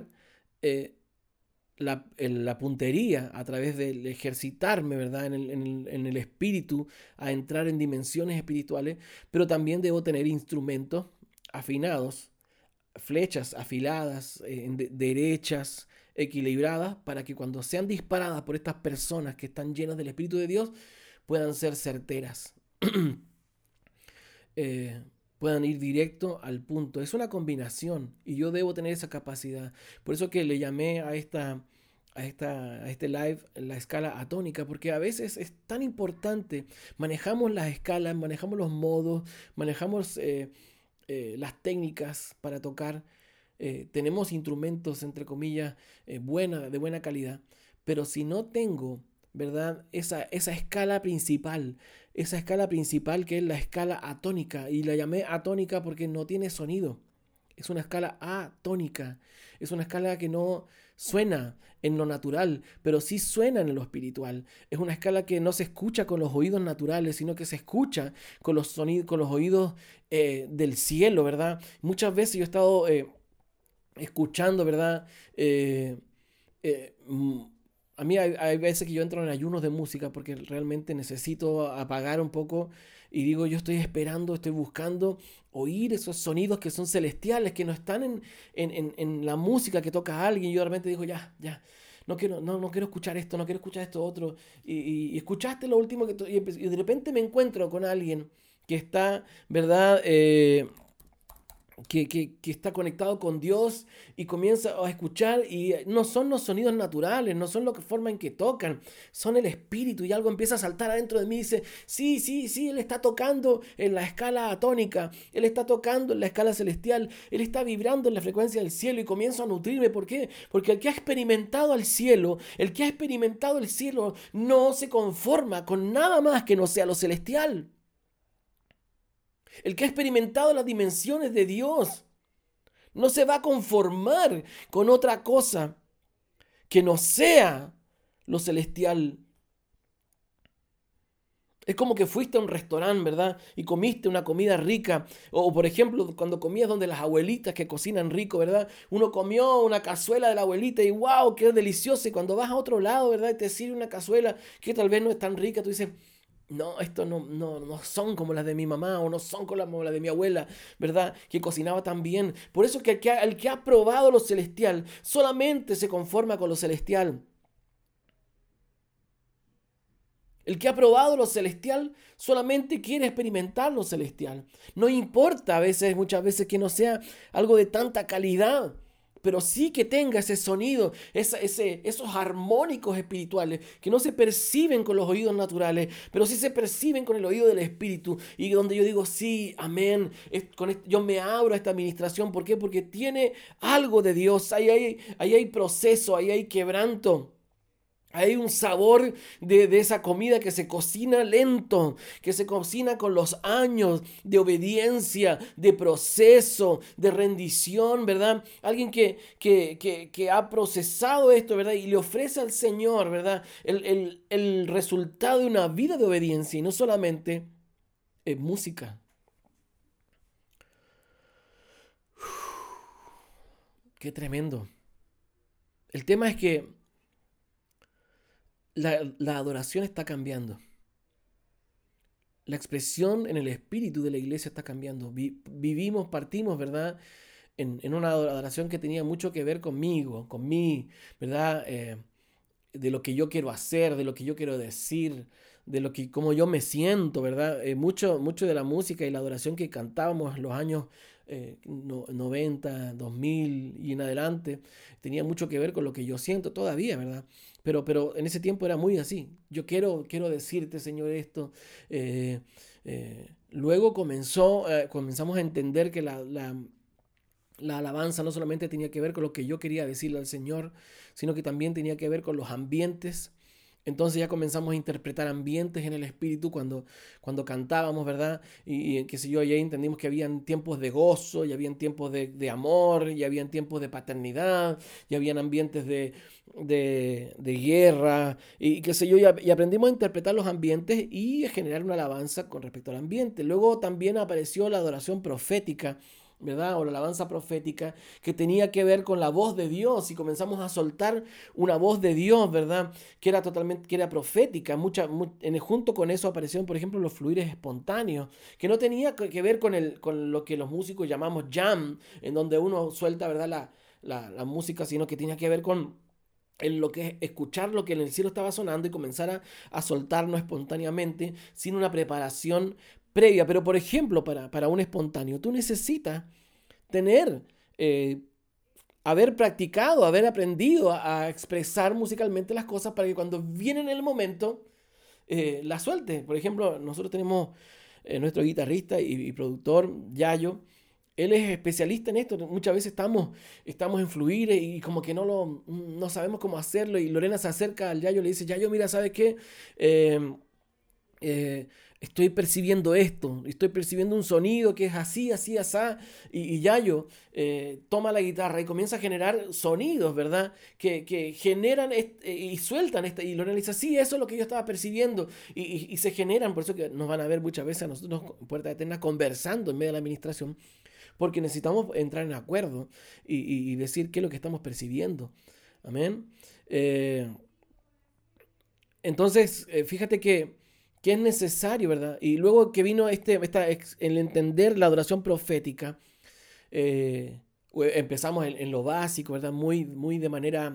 la puntería a través de ejercitarme, ¿verdad?, en el espíritu, a entrar en dimensiones espirituales, pero también debo tener instrumentos afinados, flechas afiladas, derechas, equilibradas, para que cuando sean disparadas por estas personas que están llenas del Espíritu de Dios, puedan ser certeras. eh, Puedan ir directo al punto. Es una combinación y yo debo tener esa capacidad. Por eso que le llamé a este live la escala atónica, porque a veces es tan importante. Manejamos las escalas, manejamos los modos, manejamos las técnicas para tocar. Tenemos instrumentos, entre comillas, de buena calidad, pero si no tengo, ¿verdad?, esa esa escala principal que es la escala atónica, y la llamé atónica porque no tiene sonido, es una escala atónica, es una escala que no suena en lo natural, pero sí suena en lo espiritual. Es una escala que no se escucha con los oídos naturales, sino que se escucha con los sonidos, con los oídos del cielo, ¿verdad? Muchas veces yo he estado escuchando, ¿verdad? Eh, mm, a mí hay veces que yo entro en ayunos de música porque realmente necesito apagar un poco y digo, yo estoy esperando, estoy buscando oír esos sonidos que son celestiales, que no están en la música que toca a alguien. Yo realmente digo, ya, no quiero escuchar esto, no quiero escuchar esto otro. Y escuchaste lo último y de repente me encuentro con alguien que está, ¿verdad?, que está conectado con Dios y comienza a escuchar y no son los sonidos naturales, no son la forma en que tocan, son el espíritu, y algo empieza a saltar adentro de mí y dice, sí, Él está tocando en la escala atónica, Él está tocando en la escala celestial, Él está vibrando en la frecuencia del cielo, y comienzo a nutrirme. ¿Por qué? Porque el que ha experimentado al cielo, el que ha experimentado el cielo no se conforma con nada más que no sea lo celestial. El que ha experimentado las dimensiones de Dios no se va a conformar con otra cosa que no sea lo celestial. Es como que fuiste a un restaurante, ¿verdad? Y comiste una comida rica. O, por ejemplo, cuando comías donde las abuelitas que cocinan rico, ¿verdad? Uno comió una cazuela de la abuelita y ¡wow! ¡Qué delicioso! Y cuando vas a otro lado, ¿verdad? Y te sirve una cazuela que tal vez no es tan rica, tú dices, no, esto no son como las de mi mamá o no son como las de mi abuela, ¿verdad? Que cocinaba tan bien. Por eso que el que ha probado lo celestial solamente se conforma con lo celestial. El que ha probado lo celestial solamente quiere experimentar lo celestial. No importa muchas veces que no sea algo de tanta calidad, pero sí que tenga ese sonido, esos armónicos espirituales que no se perciben con los oídos naturales, pero sí se perciben con el oído del Espíritu. Y donde yo digo, sí, amén, yo me abro a esta administración. ¿Por qué? Porque tiene algo de Dios, ahí hay proceso, ahí hay quebranto. Hay un sabor de esa comida que se cocina lento, que se cocina con los años de obediencia, de proceso, de rendición, ¿verdad? Alguien que ha procesado esto, ¿verdad? Y le ofrece al Señor, ¿verdad? El resultado de una vida de obediencia y no solamente música. Qué tremendo. El tema es que la adoración está cambiando. La expresión en el espíritu de la iglesia está cambiando. Partimos, ¿verdad? En una adoración que tenía mucho que ver conmigo, con mí, ¿verdad? De lo que yo quiero hacer, de lo que yo quiero decir, cómo yo me siento, ¿verdad? Mucho de la música y la adoración que cantábamos en los años 90, 2000 y en adelante, tenía mucho que ver con lo que yo siento todavía, ¿verdad? Pero en ese tiempo era muy así. Yo quiero decirte, Señor, esto. Luego comenzamos a entender que la alabanza no solamente tenía que ver con lo que yo quería decirle al Señor, sino que también tenía que ver con los ambientes. Entonces ya comenzamos a interpretar ambientes en el espíritu cuando cantábamos, ¿verdad? Y qué sé yo, ya entendimos que habían tiempos de gozo, y habían tiempos de amor, y habían tiempos de paternidad, y habían ambientes de guerra, y qué sé yo, y aprendimos a interpretar los ambientes y a generar una alabanza con respecto al ambiente. Luego también apareció la adoración profética, ¿verdad? O la alabanza profética, que tenía que ver con la voz de Dios, y comenzamos a soltar una voz de Dios, ¿verdad? Que era profética. Junto con eso aparecieron, por ejemplo, los fluires espontáneos, que no tenía que ver con lo que los músicos llamamos jam, en donde uno suelta, ¿verdad? La música, sino que tenía que ver con en lo que es escuchar lo que en el cielo estaba sonando y comenzar a soltarnos espontáneamente sin una preparación previa. Pero por ejemplo, para un espontáneo, tú necesitas tener, eh, haber practicado, haber aprendido a expresar musicalmente las cosas para que cuando viene en el momento, la suelte. Por ejemplo, nosotros tenemos nuestro guitarrista y productor, Yayo. Él es especialista en esto. Muchas veces estamos en fluir y como que no sabemos cómo hacerlo. Y Lorena se acerca al Yayo y le dice, Yayo, mira, ¿sabes qué? Eh, eh, Estoy percibiendo esto, estoy percibiendo un sonido que es así, así, asá, y Yayo toma la guitarra y comienza a generar sonidos, ¿verdad? Que generan y sueltan y Lorena dice, sí, eso es lo que yo estaba percibiendo, y se generan. Por eso que nos van a ver muchas veces a nosotros en Puerta Eterna conversando en medio de la administración, porque necesitamos entrar en acuerdo y decir qué es lo que estamos percibiendo. Amén. Eh, entonces, fíjate que es necesario, ¿verdad? Y luego que vino el entender la adoración profética, eh, empezamos en lo básico, ¿verdad? Muy, muy de manera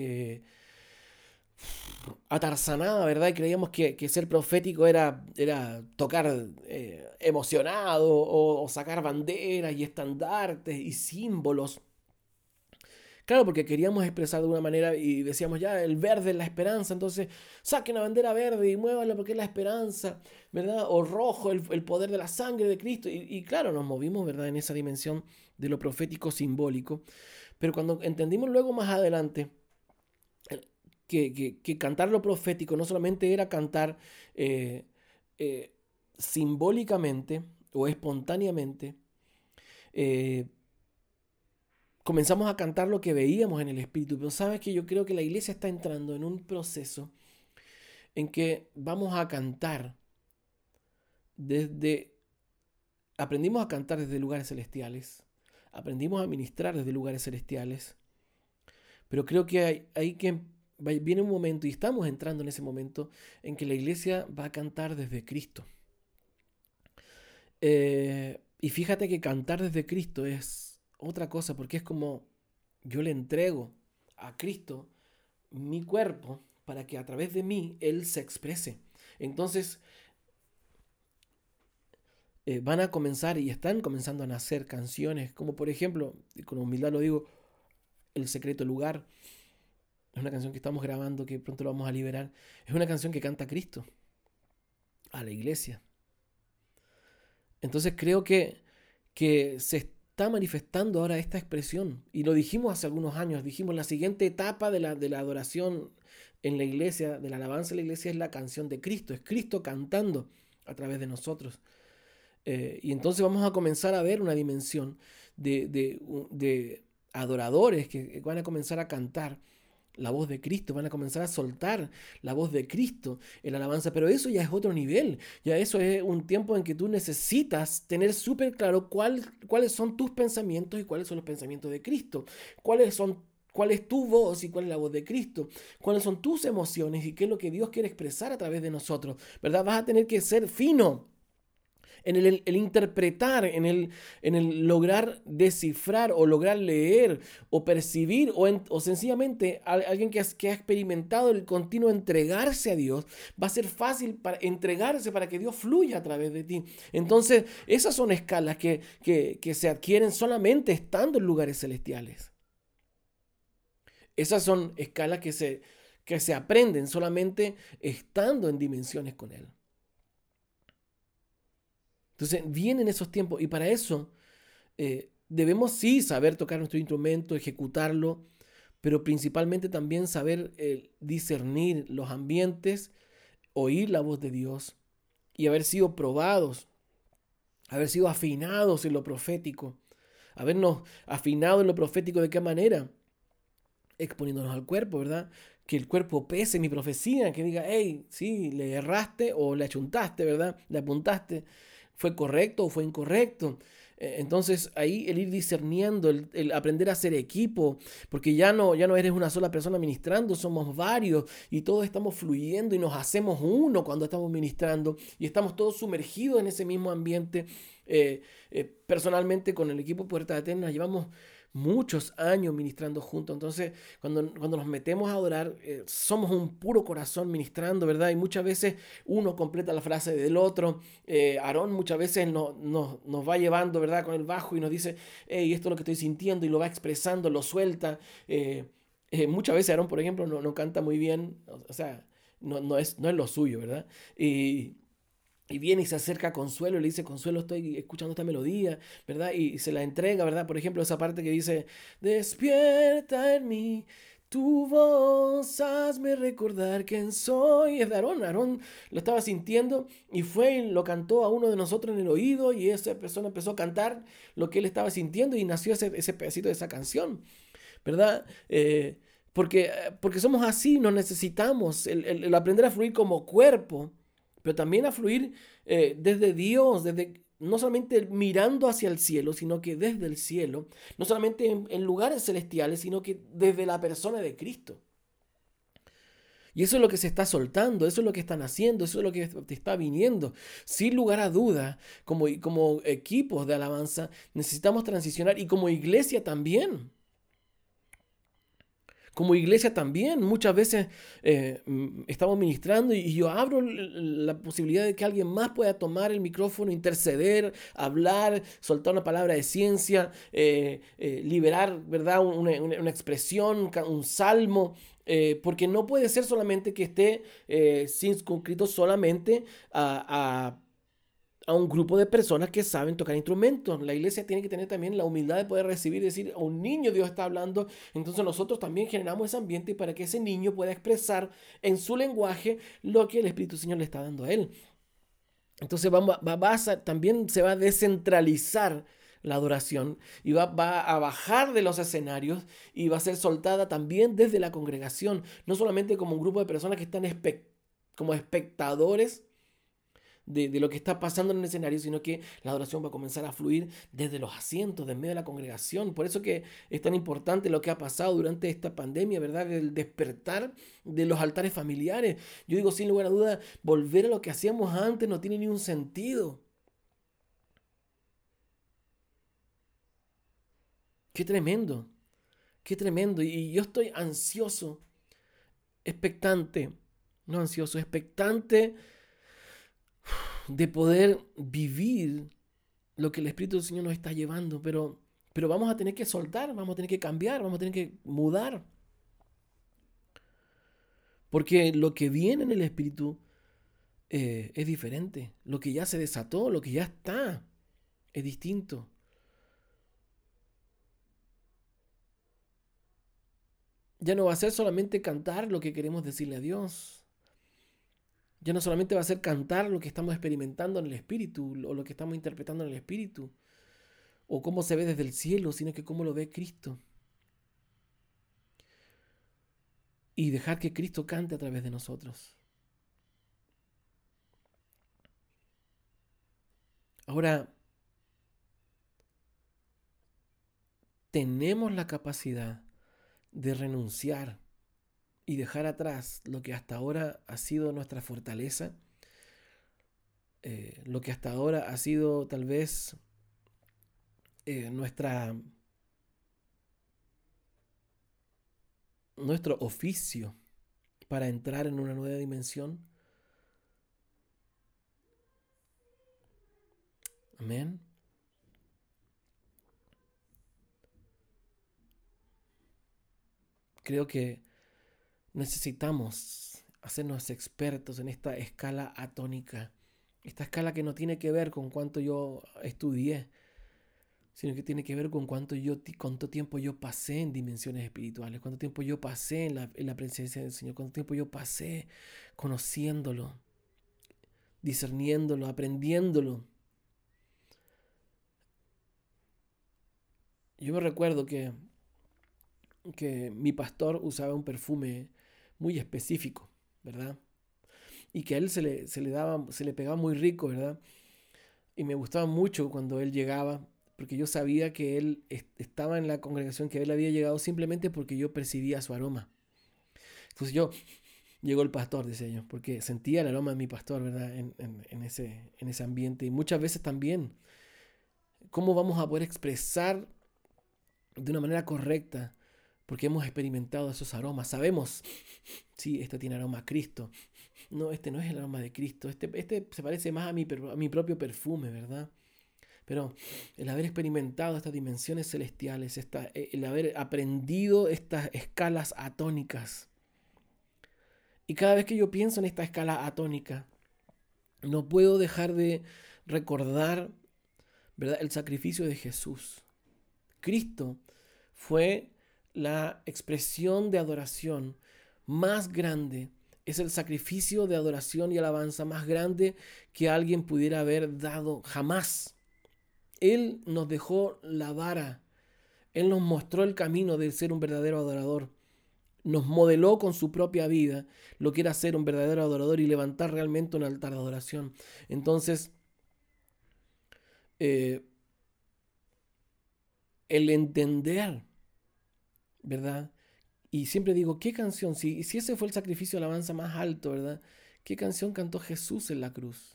atarzanada, ¿verdad? Y creíamos que ser profético era tocar emocionado o sacar banderas y estandartes y símbolos. Claro, porque queríamos expresar de una manera y decíamos, ya, el verde es la esperanza, entonces saquen la bandera verde y muévanla porque es la esperanza, ¿verdad? O rojo, el poder de la sangre de Cristo. Y claro, nos movimos, ¿verdad? En esa dimensión de lo profético simbólico. Pero cuando entendimos luego más adelante que cantar lo profético no solamente era cantar eh, eh, simbólicamente o espontáneamente, eh, comenzamos a cantar lo que veíamos en el Espíritu. Pero sabes que yo creo que la iglesia está entrando en un proceso en que vamos a cantar aprendimos a cantar desde lugares celestiales, aprendimos a ministrar desde lugares celestiales, pero creo que viene un momento, y estamos entrando en ese momento, en que la iglesia va a cantar desde Cristo. Y fíjate que cantar desde Cristo es otra cosa, porque es como yo le entrego a Cristo mi cuerpo para que a través de mí Él se exprese. Entonces van a comenzar y están comenzando a nacer canciones, como por ejemplo, y con humildad lo digo, El secreto lugar. Es una canción que estamos grabando, que pronto lo vamos a liberar. Es una canción que canta Cristo a la iglesia. Entonces creo que se está manifestando ahora esta expresión. Y lo dijimos hace algunos años. Dijimos la siguiente etapa de la adoración en la iglesia, de la alabanza en la iglesia, es la canción de Cristo. Es Cristo cantando a través de nosotros. Y entonces vamos a comenzar a ver una dimensión de adoradores que van a comenzar a cantar la voz de Cristo, van a comenzar a soltar la voz de Cristo en la alabanza, pero eso ya es otro nivel, ya eso es un tiempo en que tú necesitas tener súper claro cuáles son tus pensamientos y cuáles son los pensamientos de Cristo, cuál es tu voz y cuál es la voz de Cristo, cuáles son tus emociones y qué es lo que Dios quiere expresar a través de nosotros, ¿verdad? Vas a tener que ser fino en el interpretar, en el lograr descifrar o lograr leer o percibir o sencillamente alguien que ha experimentado el continuo entregarse a Dios, va a ser fácil para entregarse para que Dios fluya a través de ti. Entonces, esas son escalas que se adquieren solamente estando en lugares celestiales. Esas son escalas que se aprenden solamente estando en dimensiones con Él. Entonces vienen esos tiempos y para eso debemos sí saber tocar nuestro instrumento, ejecutarlo, pero principalmente también saber discernir los ambientes, oír la voz de Dios y haber sido probados, haber sido afinados en lo profético, habernos afinado en lo profético. ¿De qué manera? Exponiéndonos al cuerpo, ¿verdad? Que el cuerpo pese mi profecía, que diga, hey, sí, le erraste o le achuntaste, ¿verdad? Le apuntaste. ¿Fue correcto o fue incorrecto? Entonces ahí el ir discerniendo, el aprender a ser equipo, porque ya no eres una sola persona ministrando, somos varios y todos estamos fluyendo y nos hacemos uno cuando estamos ministrando y estamos todos sumergidos en ese mismo ambiente. Personalmente con el equipo Puerta de nos llevamos muchos años ministrando juntos. Entonces, cuando nos metemos a adorar, somos un puro corazón ministrando, ¿verdad? Y muchas veces uno completa la frase del otro. Aarón muchas veces nos va llevando, ¿verdad? Con el bajo y nos dice, hey, esto es lo que estoy sintiendo, y lo va expresando, lo suelta. Muchas veces Aarón, por ejemplo, no canta muy bien, o sea, no es lo suyo, ¿verdad? Y viene y se acerca a Consuelo y le dice, Consuelo, estoy escuchando esta melodía, ¿verdad? Y se la entrega, ¿verdad? Por ejemplo, esa parte que dice, despierta en mí tu voz, hazme recordar quién soy. Es de Aarón. Aarón lo estaba sintiendo y fue y lo cantó a uno de nosotros en el oído y esa persona empezó a cantar lo que él estaba sintiendo y nació ese pedacito de esa canción, ¿verdad? Porque somos así, nos necesitamos, el aprender a fluir como cuerpo, pero también a fluir desde Dios, no solamente mirando hacia el cielo, sino que desde el cielo, no solamente en lugares celestiales, sino que desde la persona de Cristo. Y eso es lo que se está soltando, eso es lo que están haciendo, eso es lo que te está viniendo. Sin lugar a dudas, como equipos de alabanza, necesitamos transicionar y como iglesia también. Como iglesia también, muchas veces estamos ministrando y yo abro la posibilidad de que alguien más pueda tomar el micrófono, interceder, hablar, soltar una palabra de ciencia, liberar, ¿verdad? Una expresión, un salmo, porque no puede ser solamente que esté circunscrito solamente a un grupo de personas que saben tocar instrumentos. La iglesia tiene que tener también la humildad de poder recibir y decir, a un niño Dios está hablando, entonces nosotros también generamos ese ambiente para que ese niño pueda expresar en su lenguaje lo que el Espíritu Señor le está dando a él. Entonces también se va a descentralizar la adoración y va a bajar de los escenarios y va a ser soltada también desde la congregación, no solamente como un grupo de personas que están como espectadores de lo que está pasando en el escenario, sino que la adoración va a comenzar a fluir desde los asientos, de en medio de la congregación. Por eso que es tan importante lo que ha pasado durante esta pandemia, ¿verdad? El despertar de los altares familiares. Yo digo, sin lugar a duda, volver a lo que hacíamos antes no tiene ni un sentido. Qué tremendo, qué tremendo. Y yo estoy ansioso, expectante, no ansioso, expectante de poder vivir lo que el Espíritu del Señor nos está llevando, pero vamos a tener que soltar, vamos a tener que cambiar, vamos a tener que mudar, porque lo que viene en el Espíritu es diferente, lo que ya se desató, lo que ya está, es distinto. Ya no va a ser solamente cantar lo que queremos decirle a Dios. Ya no solamente va a ser cantar lo que estamos experimentando en el Espíritu o lo que estamos interpretando en el Espíritu o cómo se ve desde el cielo, sino que cómo lo ve Cristo. Y dejar que Cristo cante a través de nosotros. Ahora, tenemos la capacidad de renunciar y dejar atrás lo que hasta ahora ha sido nuestra fortaleza, lo que hasta ahora ha sido tal vez nuestro oficio para entrar en una nueva dimensión. Amén. Creo que necesitamos hacernos expertos en esta escala atónica. Esta escala que no tiene que ver con cuánto yo estudié, sino que tiene que ver con cuánto tiempo yo pasé en dimensiones espirituales, cuánto tiempo yo pasé en la presencia del Señor, cuánto tiempo yo pasé conociéndolo, discerniéndolo, aprendiéndolo. Yo me recuerdo que mi pastor usaba un perfume muy específico, ¿verdad? Y que a él se le pegaba muy rico, ¿verdad? Y me gustaba mucho cuando él llegaba, porque yo sabía que él estaba en la congregación, que él había llegado simplemente porque yo percibía su aroma. Entonces llegó el pastor, decía yo, porque sentía el aroma de mi pastor, ¿verdad? En ese ambiente. Y muchas veces también, ¿cómo vamos a poder expresar de una manera correcta? Porque hemos experimentado esos aromas. Sabemos, sí, este tiene aroma a Cristo. No, este no es el aroma de Cristo. Este se parece más a mi propio perfume, ¿verdad? Pero el haber experimentado estas dimensiones celestiales, el haber aprendido estas escalas atónicas. Y cada vez que yo pienso en esta escala atónica, no puedo dejar de recordar, ¿verdad?, el sacrificio de Jesús. Cristo fue la expresión de adoración más grande. Es el sacrificio de adoración y alabanza más grande que alguien pudiera haber dado jamás. Él nos dejó la vara. Él nos mostró el camino de ser un verdadero adorador. Nos modeló con su propia vida lo que era ser un verdadero adorador y levantar realmente un altar de adoración. Entonces, el entender, ¿verdad? Y siempre digo, ¿qué canción? Si ese fue el sacrificio de alabanza más alto, ¿verdad? ¿Qué canción cantó Jesús en la cruz?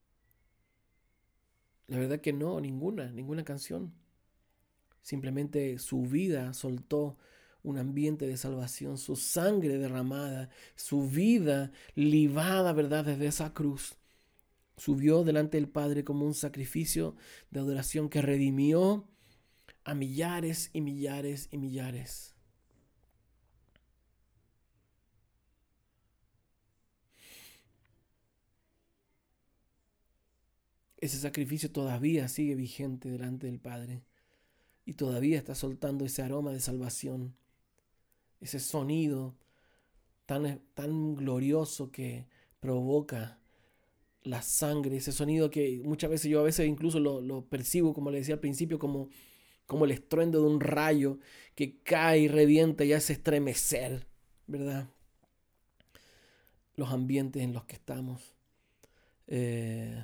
La verdad que no, ninguna canción. Simplemente su vida soltó un ambiente de salvación, su sangre derramada, su vida libada, ¿verdad?, desde esa cruz. Subió delante del Padre como un sacrificio de adoración que redimió a millares y millares y millares. Ese sacrificio todavía sigue vigente delante del Padre y todavía está soltando ese aroma de salvación, ese sonido tan glorioso que provoca la sangre, ese sonido que muchas veces yo a veces incluso lo percibo, como le decía al principio, como el estruendo de un rayo que cae y revienta y hace estremecer, ¿verdad?, los ambientes en los que estamos. Y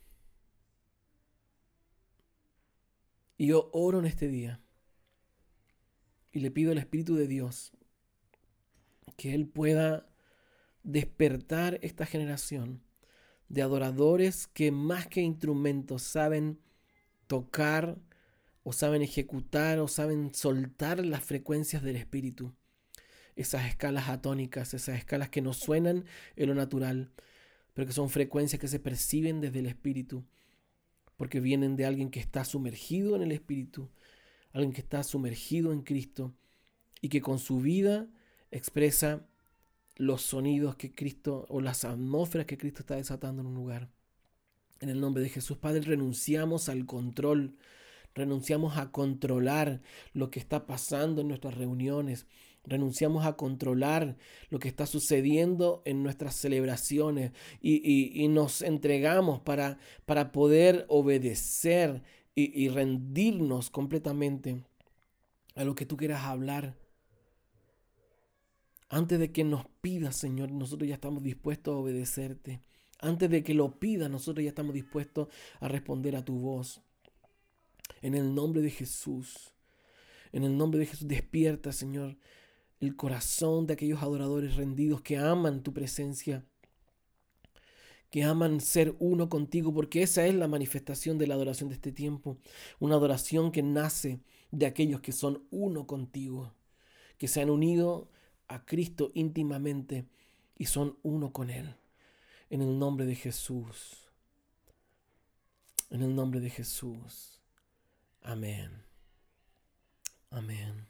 yo oro en este día y le pido al Espíritu de Dios que Él pueda despertar esta generación de adoradores que más que instrumentos saben tocar o saben ejecutar o saben soltar las frecuencias del Espíritu. Esas escalas atónicas, esas escalas que no suenan en lo natural, pero que son frecuencias que se perciben desde el Espíritu, porque vienen de alguien que está sumergido en el Espíritu, alguien que está sumergido en Cristo y que con su vida expresa los sonidos que Cristo o las atmósferas que Cristo está desatando en un lugar. En el nombre de Jesús, Padre, renunciamos al control, renunciamos a controlar lo que está pasando en nuestras reuniones, renunciamos a controlar lo que está sucediendo en nuestras celebraciones y nos entregamos para poder obedecer y rendirnos completamente a lo que tú quieras hablar. Antes de que nos pidas, Señor, nosotros ya estamos dispuestos a obedecerte. Antes de que lo pidas, nosotros ya estamos dispuestos a responder a tu voz. En el nombre de Jesús, despierta, Señor, el corazón de aquellos adoradores rendidos que aman tu presencia, que aman ser uno contigo, porque esa es la manifestación de la adoración de este tiempo. Una adoración que nace de aquellos que son uno contigo, que se han unido a Cristo íntimamente y son uno con Él. En el nombre de Jesús. En el nombre de Jesús. Amén. Amén.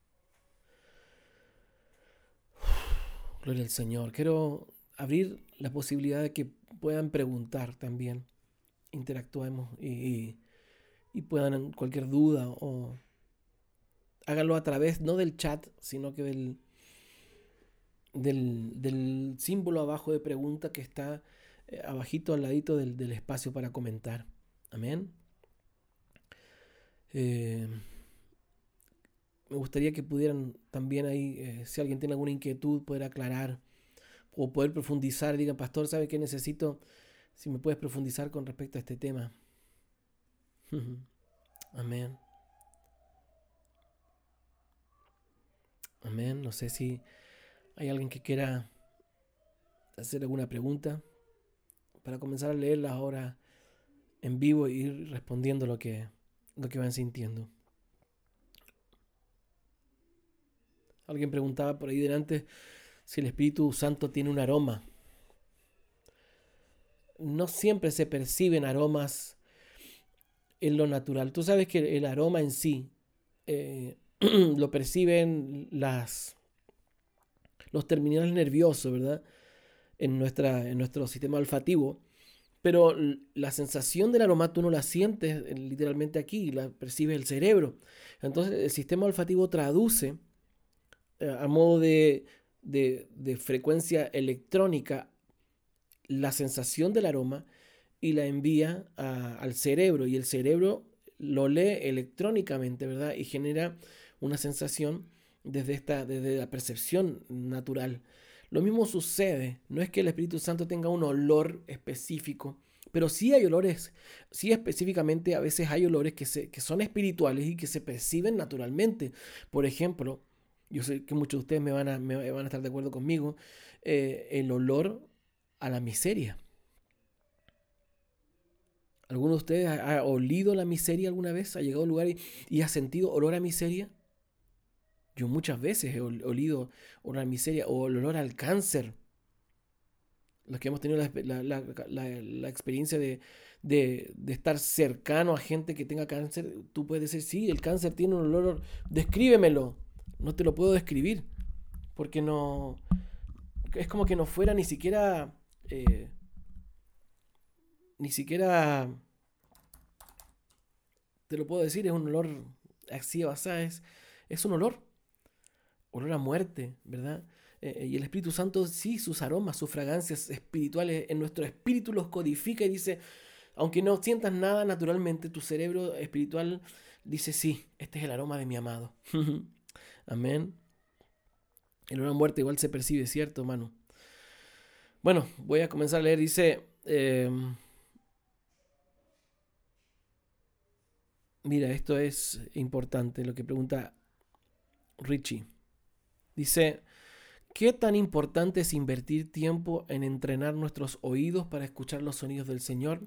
Gloria al Señor. Quiero abrir la posibilidad de que puedan preguntar también. Interactuemos y puedan cualquier duda o háganlo a través no del chat, sino que del símbolo abajo de pregunta que está abajito al ladito del espacio para comentar. Amén. Me gustaría que pudieran también ahí, si alguien tiene alguna inquietud, poder aclarar o poder profundizar. Digan, pastor, ¿sabe qué necesito? Si me puedes profundizar con respecto a este tema. Amén. Amén. No sé si hay alguien que quiera hacer alguna pregunta para comenzar a leerla ahora en vivo e ir respondiendo lo que van sintiendo. Alguien preguntaba por ahí delante si el Espíritu Santo tiene un aroma. No siempre se perciben aromas en lo natural. Tú sabes que el aroma en sí lo perciben los terminales nerviosos, ¿verdad? En nuestro sistema olfativo. Pero la sensación del aroma tú no la sientes literalmente aquí, la percibe el cerebro. Entonces el sistema olfativo traduce a modo de frecuencia electrónica la sensación del aroma y la envía al cerebro, y el cerebro lo lee electrónicamente, ¿verdad? Y genera una sensación desde la percepción natural. Lo mismo sucede, no es que el Espíritu Santo tenga un olor específico, pero sí hay olores, sí específicamente a veces hay olores que son espirituales y que se perciben naturalmente. Por ejemplo, yo sé que muchos de ustedes me van a estar de acuerdo conmigo, el olor a la miseria. ¿Alguno de ustedes ha olido la miseria alguna vez? ¿Ha llegado a un lugar y ha sentido olor a miseria? Yo muchas veces he olido olor a miseria o el olor al cáncer. Los que hemos tenido la experiencia de estar cercano a gente que tenga cáncer, tú puedes decir, sí, el cáncer tiene un olor, descríbemelo. No te lo puedo describir, porque no, es como que no fuera ni siquiera te lo puedo decir, es un olor así, es un olor a muerte, ¿verdad? Y el Espíritu Santo, sí, sus aromas, sus fragancias espirituales, en nuestro espíritu los codifica y dice, aunque no sientas nada naturalmente, tu cerebro espiritual dice, sí, este es el aroma de mi amado. Amén. El olor a muerte igual se percibe, ¿cierto, hermano? Bueno, voy a comenzar a leer. Dice, eh, mira, esto es importante, lo que pregunta Richie. Dice, ¿qué tan importante es invertir tiempo en entrenar nuestros oídos para escuchar los sonidos del Señor?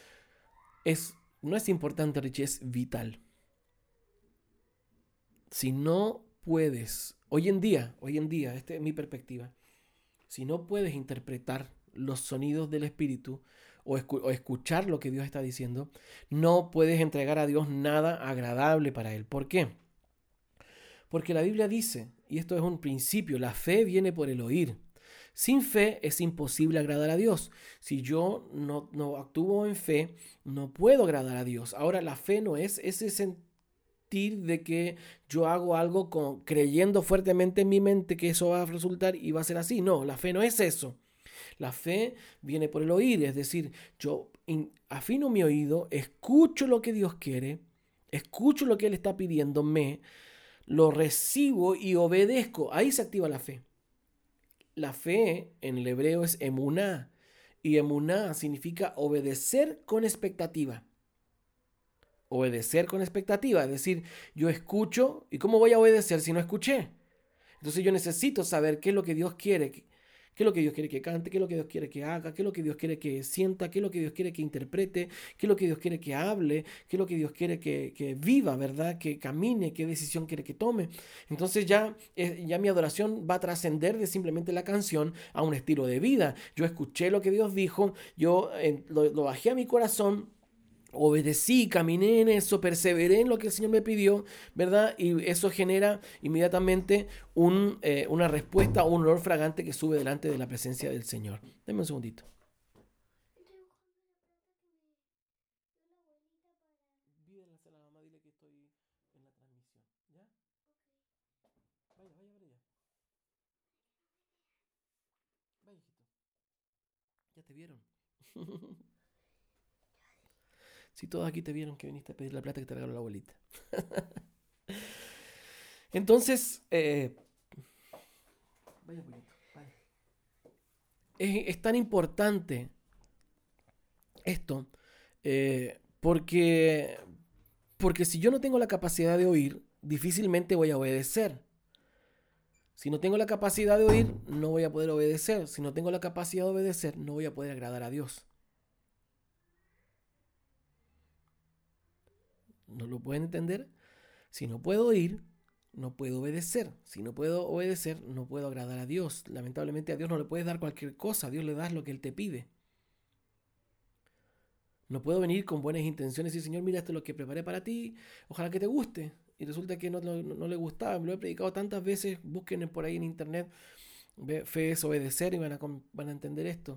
No es importante, Richie, es vital. Si no puedes, hoy en día, esta es mi perspectiva, si no puedes interpretar los sonidos del Espíritu o escuchar lo que Dios está diciendo, no puedes entregar a Dios nada agradable para Él. ¿Por qué? Porque la Biblia dice, y esto es un principio, la fe viene por el oír. Sin fe es imposible agradar a Dios. Si yo no actúo en fe, no puedo agradar a Dios. Ahora, la fe no es ese sentir de que yo hago algo creyendo fuertemente en mi mente que eso va a resultar y va a ser así. No, la fe no es eso. La fe viene por el oír, es decir, yo afino mi oído, escucho lo que Dios quiere, escucho lo que Él está pidiéndome, lo recibo y obedezco. Ahí se activa la fe. La fe en el hebreo es emuná, y emuná significa obedecer con expectativa. Obedecer con expectativa, es decir, yo escucho, ¿y cómo voy a obedecer si no escuché? Entonces yo necesito saber qué es lo que Dios quiere, qué es lo que Dios quiere que cante, qué es lo que Dios quiere que haga, qué es lo que Dios quiere que sienta, qué es lo que Dios quiere que interprete, qué es lo que Dios quiere que hable, qué es lo que Dios quiere que viva, ¿verdad? Que camine, qué decisión quiere que tome. Entonces ya mi adoración va a trascender de simplemente la canción a un estilo de vida. Yo escuché lo que Dios dijo, yo lo bajé a mi corazón, obedecí, caminé en eso, perseveré en lo que el Señor me pidió, ¿verdad? Y eso genera inmediatamente una respuesta o un olor fragante que sube delante de la presencia del Señor. Denme un segundito. Pídele a la mamá, dile que estoy en la transmisión, ¿ya? Vaya, vaya, vaya. Vaya, hijito. Ya te vieron. Si todos aquí te vieron que viniste a pedir la plata que te regaló la abuelita. Entonces, vaya, abuelito, vaya. Es tan importante esto porque si yo no tengo la capacidad de oír, difícilmente voy a obedecer. Si no tengo la capacidad de oír, no voy a poder obedecer. Si no tengo la capacidad de obedecer, no voy a poder agradar a Dios. ¿No lo pueden entender? Si no puedo oír, no puedo obedecer. Si no puedo obedecer, no puedo agradar a Dios. Lamentablemente a Dios no le puedes dar cualquier cosa. A Dios le das lo que Él te pide. No puedo venir con buenas intenciones y decir, Señor, mira, esto es lo que preparé para ti, ojalá que te guste. Y resulta que no le gustaba, me lo he predicado tantas veces, busquen por ahí en internet, fe es obedecer y van a entender esto.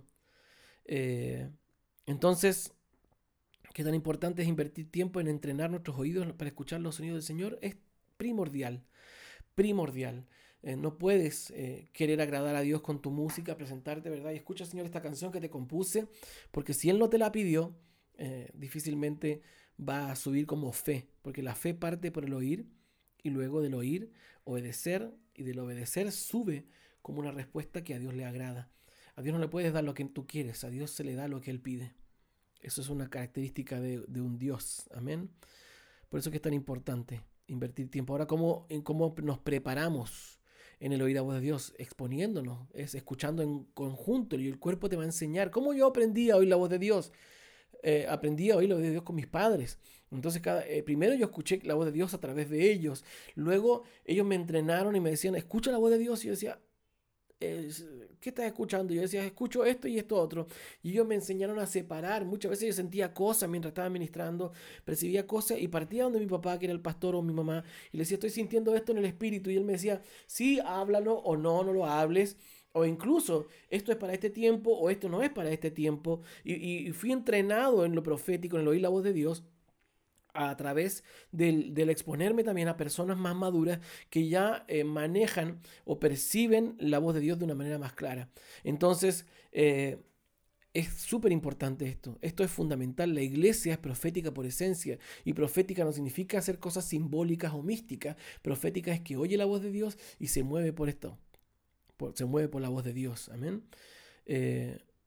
Entonces, qué tan importante es invertir tiempo en entrenar nuestros oídos para escuchar los sonidos del Señor, es primordial, primordial. No puedes querer agradar a Dios con tu música, presentarte, ¿verdad? Y escucha, Señor, esta canción que te compuse, porque si Él no te la pidió, difícilmente va a subir como fe, porque la fe parte por el oír y luego del oír obedecer y del obedecer sube como una respuesta que a Dios le agrada. A Dios no le puedes dar lo que tú quieres, a Dios se le da lo que Él pide. Eso es una característica de un Dios, amén. Por eso es que es tan importante invertir tiempo. Ahora, ¿cómo nos preparamos en el oír la voz de Dios? Exponiéndonos, es escuchando en conjunto y el cuerpo te va a enseñar. ¿Cómo yo aprendí a oír la voz de Dios? Aprendí a oír la voz de Dios con mis padres. Entonces, primero yo escuché la voz de Dios a través de ellos. Luego ellos me entrenaron y me decían, escucha la voz de Dios. Y yo decía, ¿qué estás escuchando? Yo decía, escucho esto y esto otro. Y ellos me enseñaron a separar. Muchas veces yo sentía cosas mientras estaba ministrando, percibía cosas y partía donde mi papá, que era el pastor, o mi mamá, y le decía, estoy sintiendo esto en el espíritu. Y él me decía, sí, háblalo, o no lo hables. O incluso, esto es para este tiempo o esto no es para este tiempo. Y fui entrenado en lo profético, en el oír la voz de Dios, a través del exponerme también a personas más maduras que ya manejan o perciben la voz de Dios de una manera más clara. Entonces, es súper importante esto. Esto es fundamental. La iglesia es profética por esencia. Y profética no significa hacer cosas simbólicas o místicas. Profética es que oye la voz de Dios y se mueve por esto. Se mueve por la voz de Dios. Amén.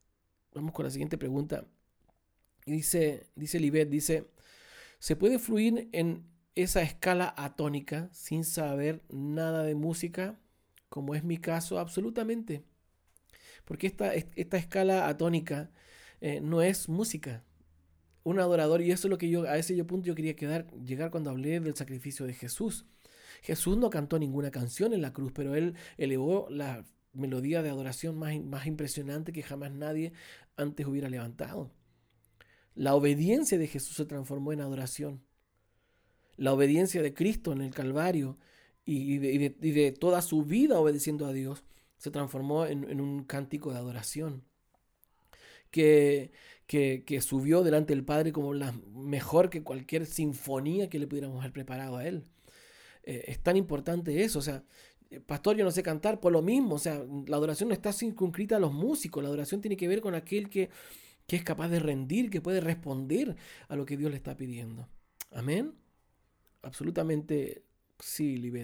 vamos con la siguiente pregunta. Y dice Libet, ¿se puede fluir en esa escala atónica sin saber nada de música? Como es mi caso, absolutamente. Porque esta escala atónica no es música. Un adorador, y eso es lo que a ese punto yo quería llegar cuando hablé del sacrificio de Jesús. Jesús no cantó ninguna canción en la cruz, pero él elevó la melodía de adoración más impresionante que jamás nadie antes hubiera levantado. La obediencia de Jesús se transformó en adoración. La obediencia de Cristo en el Calvario y de toda su vida obedeciendo a Dios se transformó en un cántico de adoración que subió delante del Padre como la mejor que cualquier sinfonía que le pudiéramos haber preparado a Él. Es tan importante eso, o sea, pastor, yo no sé cantar, por lo mismo, o sea, la adoración no está circunscrita a los músicos, la adoración tiene que ver con aquel que es capaz de rendir, que puede responder a lo que Dios le está pidiendo. Amén. Absolutamente sí, Libet.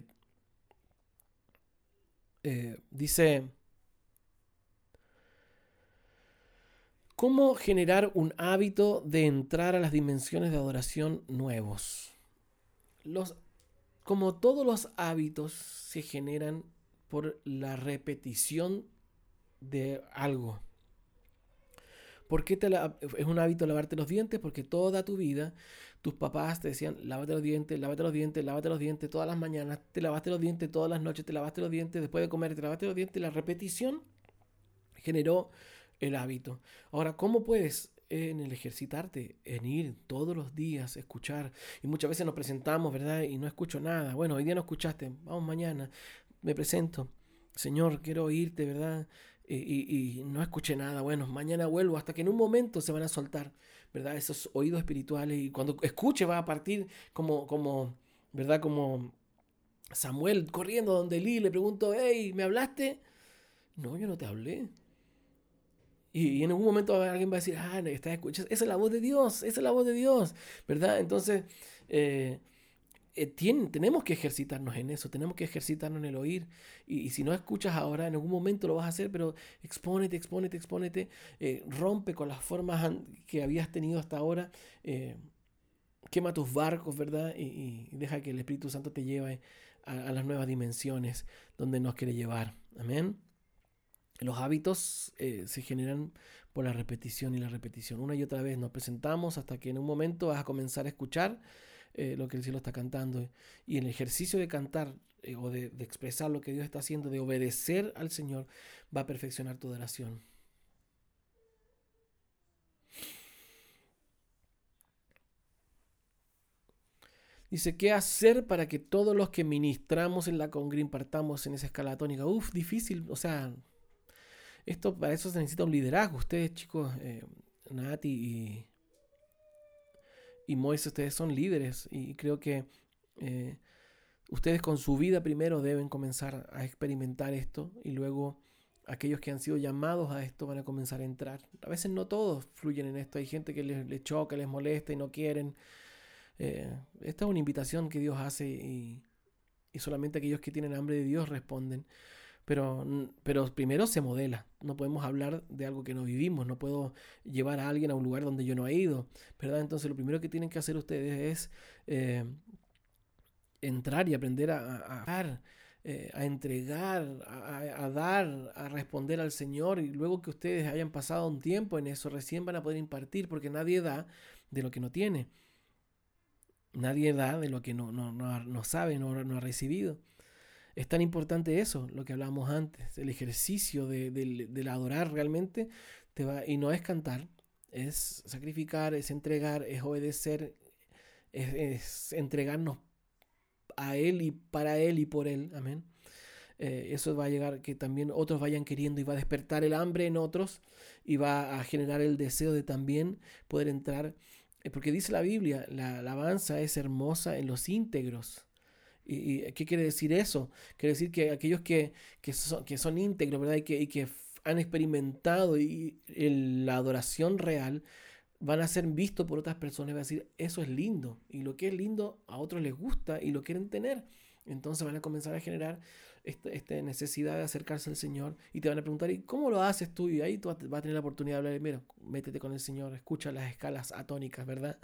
Dice, ¿cómo generar un hábito de entrar a las dimensiones de adoración nuevos? Como todos los hábitos se generan por la repetición de algo. ¿Por qué es un hábito lavarte los dientes? Porque toda tu vida tus papás te decían, lávate los dientes, lávate los dientes, lávate los dientes todas las mañanas, te lavaste los dientes todas las noches, te lavaste los dientes después de comer, te lavaste los dientes. La repetición generó el hábito. Ahora, ¿cómo puedes en el ejercitarte, en ir todos los días, escuchar? Y muchas veces nos presentamos, ¿verdad? Y no escucho nada. Bueno, hoy día no escuchaste, vamos mañana, me presento. Señor, quiero oírte, ¿verdad? Y no escuché nada. Bueno, mañana vuelvo, hasta que en un momento se van a soltar, ¿verdad? Esos oídos espirituales, y cuando escuche va a partir ¿verdad? Como Samuel corriendo donde Eli le pregunto, hey, ¿me hablaste? No, yo no te hablé. Y en algún momento alguien va a decir, no, estás escuchando, esa es la voz de Dios, esa es la voz de Dios, ¿verdad? Entonces, tenemos que ejercitarnos en eso, tenemos que ejercitarnos en el oír. Y si no escuchas ahora, en algún momento lo vas a hacer, pero expónete, rompe con las formas que habías tenido hasta ahora, quema tus barcos, ¿verdad? Y deja que el Espíritu Santo te lleve a las nuevas dimensiones donde nos quiere llevar. Amén. Los hábitos se generan por la repetición y la repetición. Una y otra vez nos presentamos hasta que en un momento vas a comenzar a escuchar lo que el cielo está cantando. Y en el ejercicio de cantar o de expresar lo que Dios está haciendo, de obedecer al Señor, va a perfeccionar tu oración. Dice, ¿qué hacer para que todos los que ministramos en la Congre partamos en esa escala tónica? Difícil, o sea, para eso se necesita un liderazgo. Ustedes, chicos, Nati y Moisés, ustedes son líderes, y creo que ustedes con su vida primero deben comenzar a experimentar esto, y luego aquellos que han sido llamados a esto van a comenzar a entrar. A veces no todos fluyen en esto, hay gente que les choca, les molesta y no quieren. Esta es una invitación que Dios hace, y solamente aquellos que tienen hambre de Dios responden. Pero primero se modela. No podemos hablar de algo que no vivimos. No puedo llevar a alguien a un lugar donde yo no he ido, ¿verdad? Entonces lo primero que tienen que hacer ustedes es entrar y aprender a dar, a entregar, a dar, a responder al Señor. Y luego que ustedes hayan pasado un tiempo en eso, recién van a poder impartir, porque nadie da de lo que no tiene. Nadie da de lo que no sabe, no ha recibido. Es tan importante eso, lo que hablábamos antes, el ejercicio del adorar realmente y no es cantar, es sacrificar, es entregar, es obedecer, es entregarnos a Él y para Él y por Él, amén. Eso va a llegar que también otros vayan queriendo, y va a despertar el hambre en otros, y va a generar el deseo de también poder entrar, porque dice la Biblia, la alabanza es hermosa en los íntegros. ¿Y qué quiere decir eso? Quiere decir que aquellos que son íntegros, ¿verdad? Y que han experimentado la adoración real, van a ser vistos por otras personas y van a decir, eso es lindo. Y lo que es lindo a otros les gusta y lo quieren tener. Entonces van a comenzar a generar esta necesidad de acercarse al Señor y te van a preguntar, ¿y cómo lo haces tú? Y ahí tú vas a tener la oportunidad de hablar, mira, métete con el Señor, escucha las escalas atónicas, ¿verdad?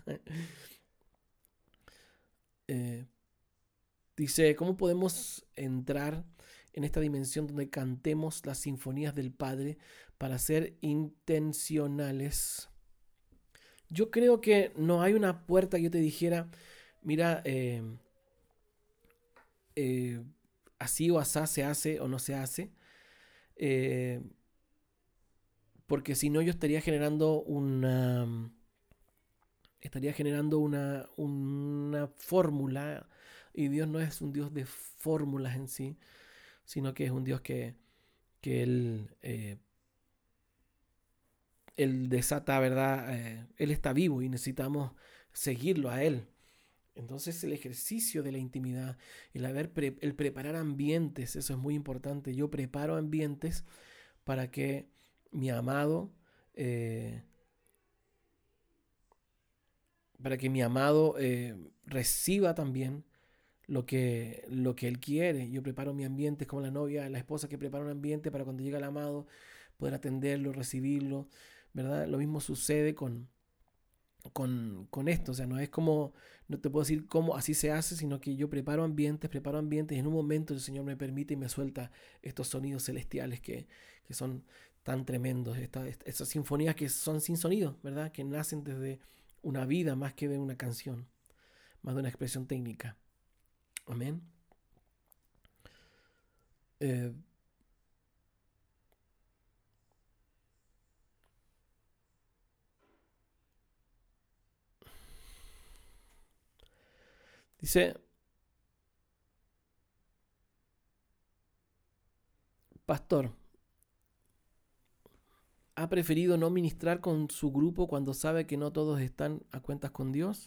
Eh, Dice, ¿cómo podemos entrar en esta dimensión donde cantemos las sinfonías del Padre para ser intencionales? Yo creo que no hay una puerta que yo te dijera, mira, eh, así o asá se hace o no se hace, eh, porque si no yo estaría generando una fórmula, y Dios no es un Dios de fórmulas en sí, sino que es un Dios que Él desata, ¿verdad? Él está vivo y necesitamos seguirlo a Él. Entonces el ejercicio de la intimidad, el preparar ambientes, eso es muy importante. Yo preparo ambientes para que mi amado, eh, reciba también lo que él quiere. Yo preparo mi ambiente, es como la novia, la esposa que prepara un ambiente para cuando llega el amado poder atenderlo, recibirlo, ¿verdad? Lo mismo sucede con esto, o sea, no es como, no te puedo decir cómo así se hace, sino que yo preparo ambientes y en un momento el Señor me permite y me suelta estos sonidos celestiales que son tan tremendos, esas sinfonías que son sin sonido, ¿verdad? Que nacen desde una vida más que de una canción, más de una expresión técnica. Amén. Eh, Dice, pastor, ¿ha preferido no ministrar con su grupo cuando sabe que no todos están a cuentas con Dios?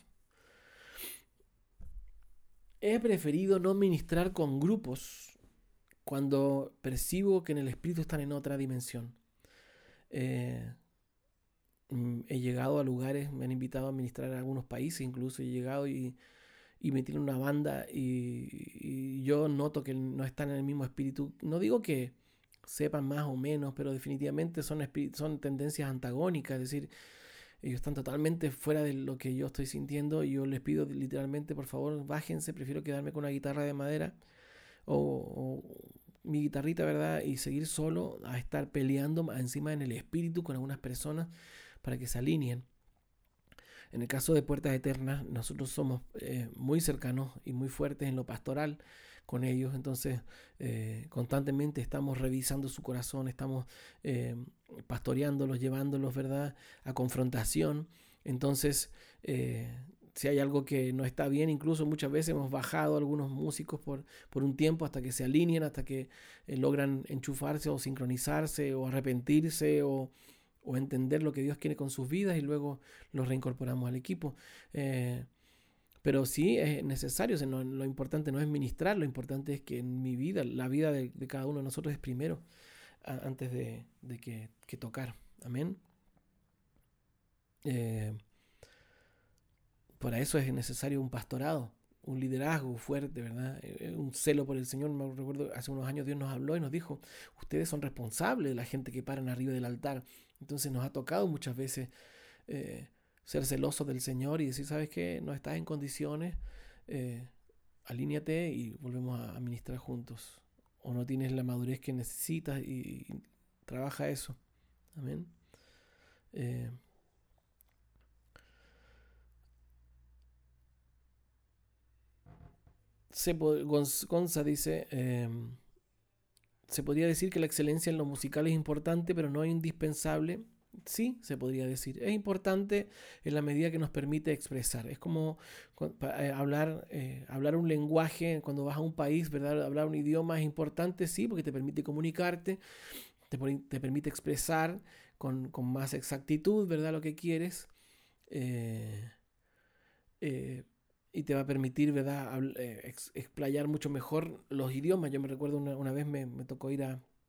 He preferido no ministrar con grupos cuando percibo que en el espíritu están en otra dimensión. Eh, He llegado a lugares, me han invitado a ministrar en algunos países, incluso he llegado y me tienen una banda y yo noto que no están en el mismo espíritu. No digo que sepan más o menos, pero definitivamente son tendencias antagónicas, es decir, ellos están totalmente fuera de lo que yo estoy sintiendo y yo les pido literalmente, por favor, bájense, prefiero quedarme con una guitarra de madera o mi guitarrita, ¿verdad? Y seguir solo a estar peleando encima en el espíritu con algunas personas para que se alineen. En el caso de Puertas Eternas, nosotros somos muy cercanos y muy fuertes en lo pastoral con ellos, entonces constantemente estamos revisando su corazón, estamos pastoreándolos, llevándolos, ¿verdad?, a confrontación. Entonces, si hay algo que no está bien, incluso muchas veces hemos bajado a algunos músicos por un tiempo hasta que se alineen, hasta que logran enchufarse o sincronizarse o arrepentirse o entender lo que Dios quiere con sus vidas y luego los reincorporamos al equipo. Pero sí es necesario, o sea, lo importante no es ministrar, lo importante es que en mi vida, la vida de cada uno de nosotros es primero, antes de que tocar. Amén. Eh, para eso es necesario un pastorado, un liderazgo fuerte, ¿verdad? Un celo por el Señor. Me recuerdo, hace unos años Dios nos habló y nos dijo, ustedes son responsables de la gente que paran arriba del altar. Entonces nos ha tocado muchas veces ser celosos del Señor y decir, ¿sabes qué? No estás en condiciones, alíñate y volvemos a ministrar juntos. O no tienes la madurez que necesitas y trabaja eso. Amén. Eh, Gonza dice, se podría decir que la excelencia en lo musical es importante, pero no es indispensable. Sí, se podría decir. Es importante en la medida que nos permite expresar. Es como hablar un lenguaje cuando vas a un país, ¿verdad? Hablar un idioma es importante, sí, porque te permite comunicarte, te permite expresar con más exactitud, ¿verdad? Lo que quieres. Eh, eh, y te va a permitir, ¿verdad?, explayar mucho mejor los idiomas. Yo me recuerdo una vez me tocó ir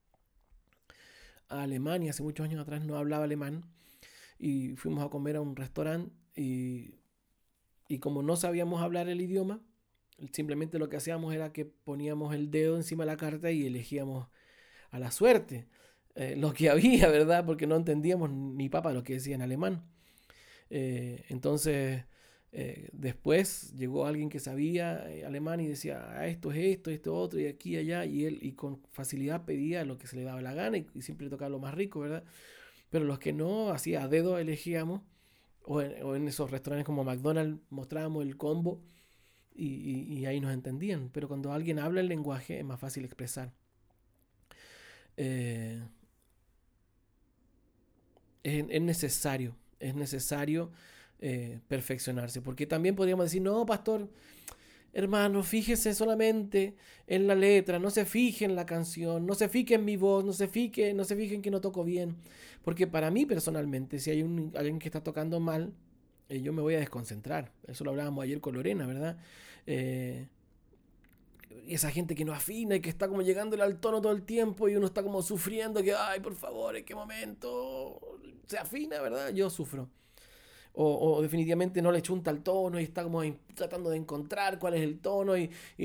a Alemania, hace muchos años atrás no hablaba alemán, y fuimos a comer a un restaurante y como no sabíamos hablar el idioma, Simplemente lo que hacíamos era que poníamos el dedo encima de la carta y elegíamos a la suerte lo que había, ¿verdad? Porque no entendíamos ni papa lo que decía en alemán. Entonces, después llegó alguien que sabía alemán y decía, ah, esto es esto, esto otro, y aquí y allá, y él y con facilidad pedía lo que se le daba la gana y siempre tocaba lo más rico, ¿verdad? Pero los que no, así a dedo elegíamos, o en esos restaurantes como McDonald's mostrábamos el combo y ahí nos entendían. Pero cuando alguien habla el lenguaje es más fácil expresar. Eh, es necesario perfeccionarse. Porque también podríamos decir, no, pastor, hermano, fíjese solamente en la letra, no se fije en la canción, no se fije en mi voz, no se fije en que no toco bien. Porque para mí personalmente, si hay alguien que está tocando mal, yo me voy a desconcentrar. Eso lo hablábamos ayer con Lorena, ¿verdad? Eh, Esa gente que no afina y que está como llegándole al tono todo el tiempo y uno está como sufriendo que, ay, por favor, ¿en qué momento se afina, verdad? Yo sufro. O definitivamente no le chunta el tono y está como tratando de encontrar cuál es el tono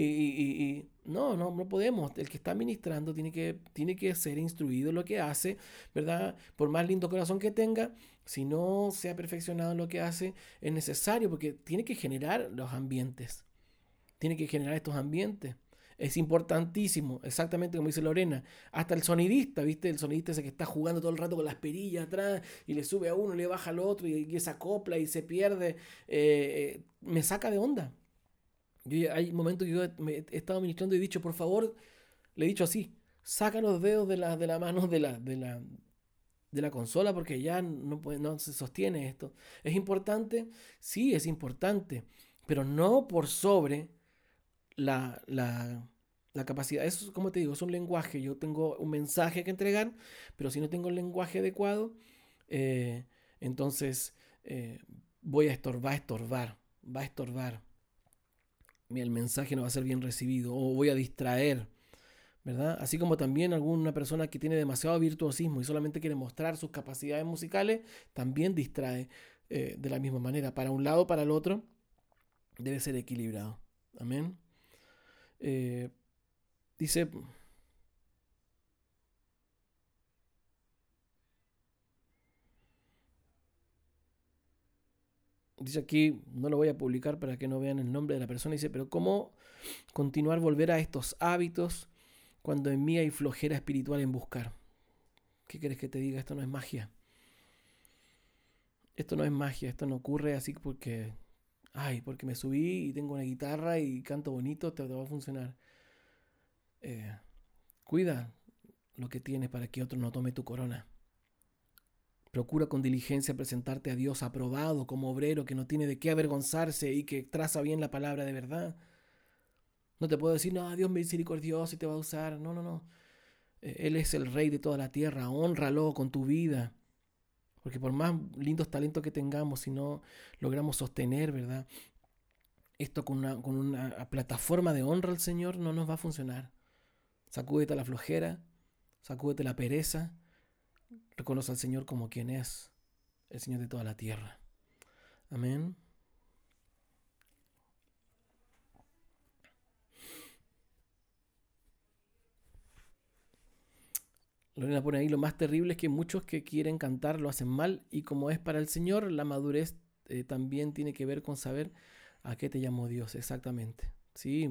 no podemos. El que está ministrando tiene que ser instruido en lo que hace, ¿verdad? Por más lindo corazón que tenga, si no se ha perfeccionado en lo que hace, es necesario porque tiene que generar los ambientes. Tiene que generar estos ambientes. Es importantísimo, exactamente como dice Lorena. Hasta el sonidista, ¿viste? El sonidista ese que está jugando todo el rato con las perillas atrás y le sube a uno, le baja al otro y esa copla y se pierde. Me saca de onda. Hay momentos que yo he estado ministrando y he dicho, por favor, le he dicho así, saca los dedos de la mano de la consola porque ya no se sostiene esto. ¿Es importante? Sí, es importante, pero no por sobre la, la, la capacidad. Eso, como te digo, es un lenguaje. Yo tengo un mensaje que entregar, pero si no tengo el lenguaje adecuado, eh, entonces voy a estorbar, va a estorbar. El mensaje no va a ser bien recibido o voy a distraer, ¿verdad? Así como también alguna persona que tiene demasiado virtuosismo y solamente quiere mostrar sus capacidades musicales, también distrae de la misma manera. Para un lado, para el otro, debe ser equilibrado. Amén. Eh, dice, dice aquí, no lo voy a publicar para que no vean el nombre de la persona, dice, pero ¿cómo continuar volver a estos hábitos cuando en mí hay flojera espiritual en buscar? ¿Qué quieres que te diga? Esto no es magia. Esto no es magia, esto no ocurre así porque, ay, porque me subí y tengo una guitarra y canto bonito, te va a funcionar. Eh, Cuida lo que tienes para que otro no tome tu corona. Procura con diligencia presentarte a Dios aprobado como obrero que no tiene de qué avergonzarse y que traza bien la palabra de verdad. No te puedo decir, no, Dios misericordioso y te va a usar. No, no, no. Él es el rey de toda la tierra. Hónralo con tu vida. Porque por más lindos talentos que tengamos, si no logramos sostener, ¿verdad? Esto con una plataforma de honra al Señor no nos va a funcionar. Sacúdete la flojera, sacúdete la pereza, reconoce al Señor como quien es, el Señor de toda la tierra. Amén. Lorena pone ahí, lo más terrible es que muchos que quieren cantar lo hacen mal y como es para el Señor, la madurez también tiene que ver con saber a qué te llamó Dios, exactamente. Sí,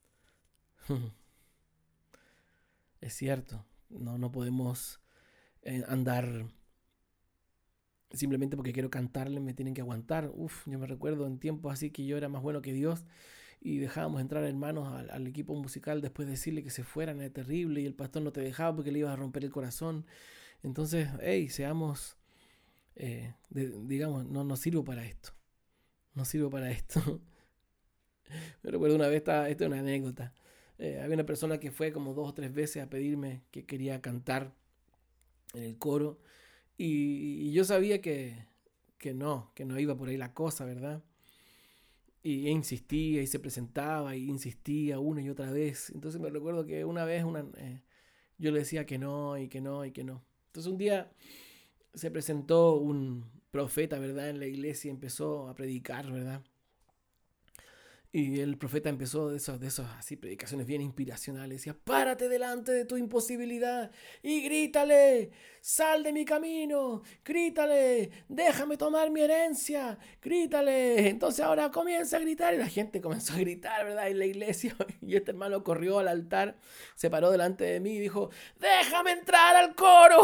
es cierto. No podemos andar simplemente porque quiero cantarle, me tienen que aguantar. Uf, yo me recuerdo en tiempos así que yo era más bueno que Dios y dejábamos entrar hermanos al equipo musical después de decirle que se fueran, era terrible y el pastor no te dejaba porque le ibas a romper el corazón. Entonces, hey, seamos, digamos, no sirvo para esto, no sirvo para esto. Me recuerdo una vez, esta es una anécdota, había una persona que fue como 2 o 3 veces a pedirme que quería cantar en el coro y yo sabía que no iba por ahí la cosa, ¿verdad? Y insistía y se presentaba y insistía una y otra vez. Entonces me recuerdo que una vez yo le decía que no y que no y que no. Entonces un día se presentó un profeta, ¿verdad? En la iglesia y empezó a predicar, ¿verdad? Y el profeta empezó de esas así predicaciones bien inspiracionales. Decía, párate delante de tu imposibilidad y grítale, sal de mi camino, grítale, déjame tomar mi herencia, grítale. Entonces ahora comienza a gritar y la gente comenzó a gritar, ¿verdad? En la iglesia. Y este hermano corrió al altar, se paró delante de mí y dijo, déjame entrar al coro.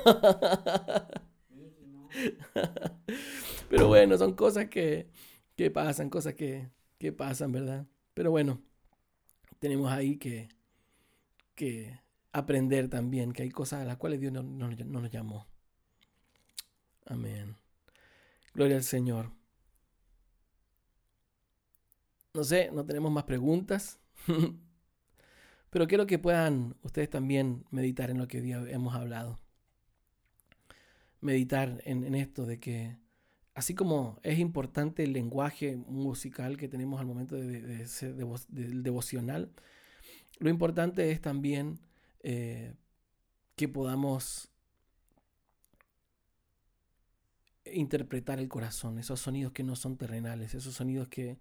Pero bueno, son cosas que pasan, cosas que pasan, ¿verdad? Pero bueno, tenemos ahí que aprender también que hay cosas a las cuales Dios no nos llamó. Amén. Gloria al Señor. No sé, no tenemos más preguntas, pero quiero que puedan ustedes también meditar en lo que hoy día hemos hablado. Meditar en esto de que así como es importante el lenguaje musical que tenemos al momento de ser del devocional, lo importante es también que podamos interpretar el corazón, esos sonidos que no son terrenales, esos sonidos que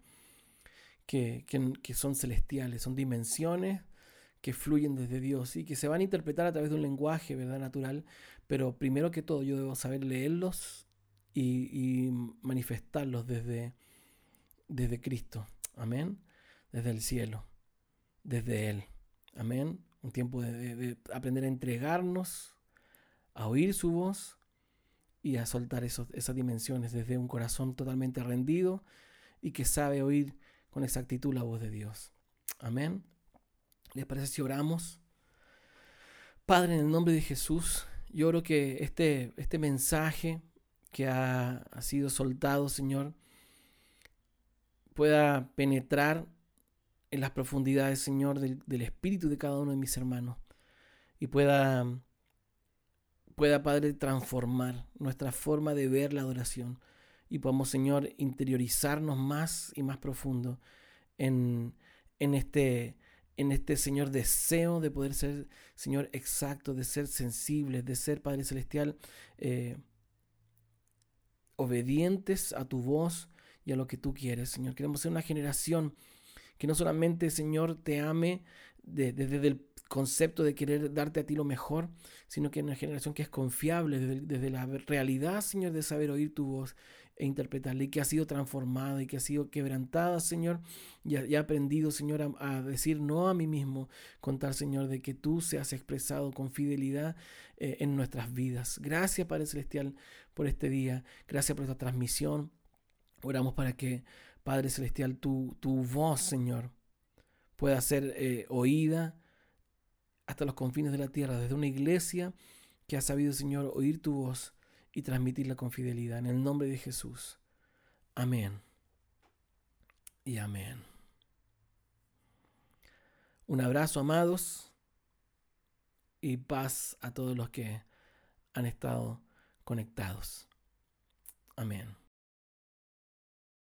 son celestiales, son dimensiones que fluyen desde Dios y que se van a interpretar a través de un lenguaje, ¿verdad? Natural, pero primero que todo yo debo saber leerlos y manifestarlos desde Cristo, amén, desde el cielo, desde Él, amén. Un tiempo de aprender a entregarnos, a oír su voz y a soltar esas dimensiones desde un corazón totalmente rendido y que sabe oír con exactitud la voz de Dios. Amén. ¿Les parece si oramos? Padre, en el nombre de Jesús, yo oro que este mensaje que ha sido soltado, Señor, pueda penetrar en las profundidades, Señor, del espíritu de cada uno de mis hermanos y pueda, Padre, transformar nuestra forma de ver la adoración y podamos, Señor, interiorizarnos más y más profundo en este, Señor, deseo de poder ser, Señor, exacto, de ser sensibles, de ser, Padre Celestial, obedientes a tu voz y a lo que tú quieres, Señor. Queremos ser una generación que no solamente, Señor, te ame desde el concepto de querer darte a ti lo mejor, sino que es una generación que es confiable desde la realidad, Señor, de saber oír tu voz e interpretarla, y que ha sido transformada y que ha sido quebrantada, Señor, y ha aprendido, Señor, a decir no a mí mismo, contar, Señor, de que tú seas expresado con fidelidad en nuestras vidas. Gracias, Padre Celestial, por este día. Gracias por esta transmisión. Oramos para que, Padre Celestial, tu voz, Señor, pueda ser oída hasta los confines de la tierra, desde una iglesia que ha sabido, Señor, oír tu voz y transmitirla con fidelidad. En el nombre de Jesús. Amén. Y amén. Un abrazo, amados, y paz a todos los que han estado conectados. Amén.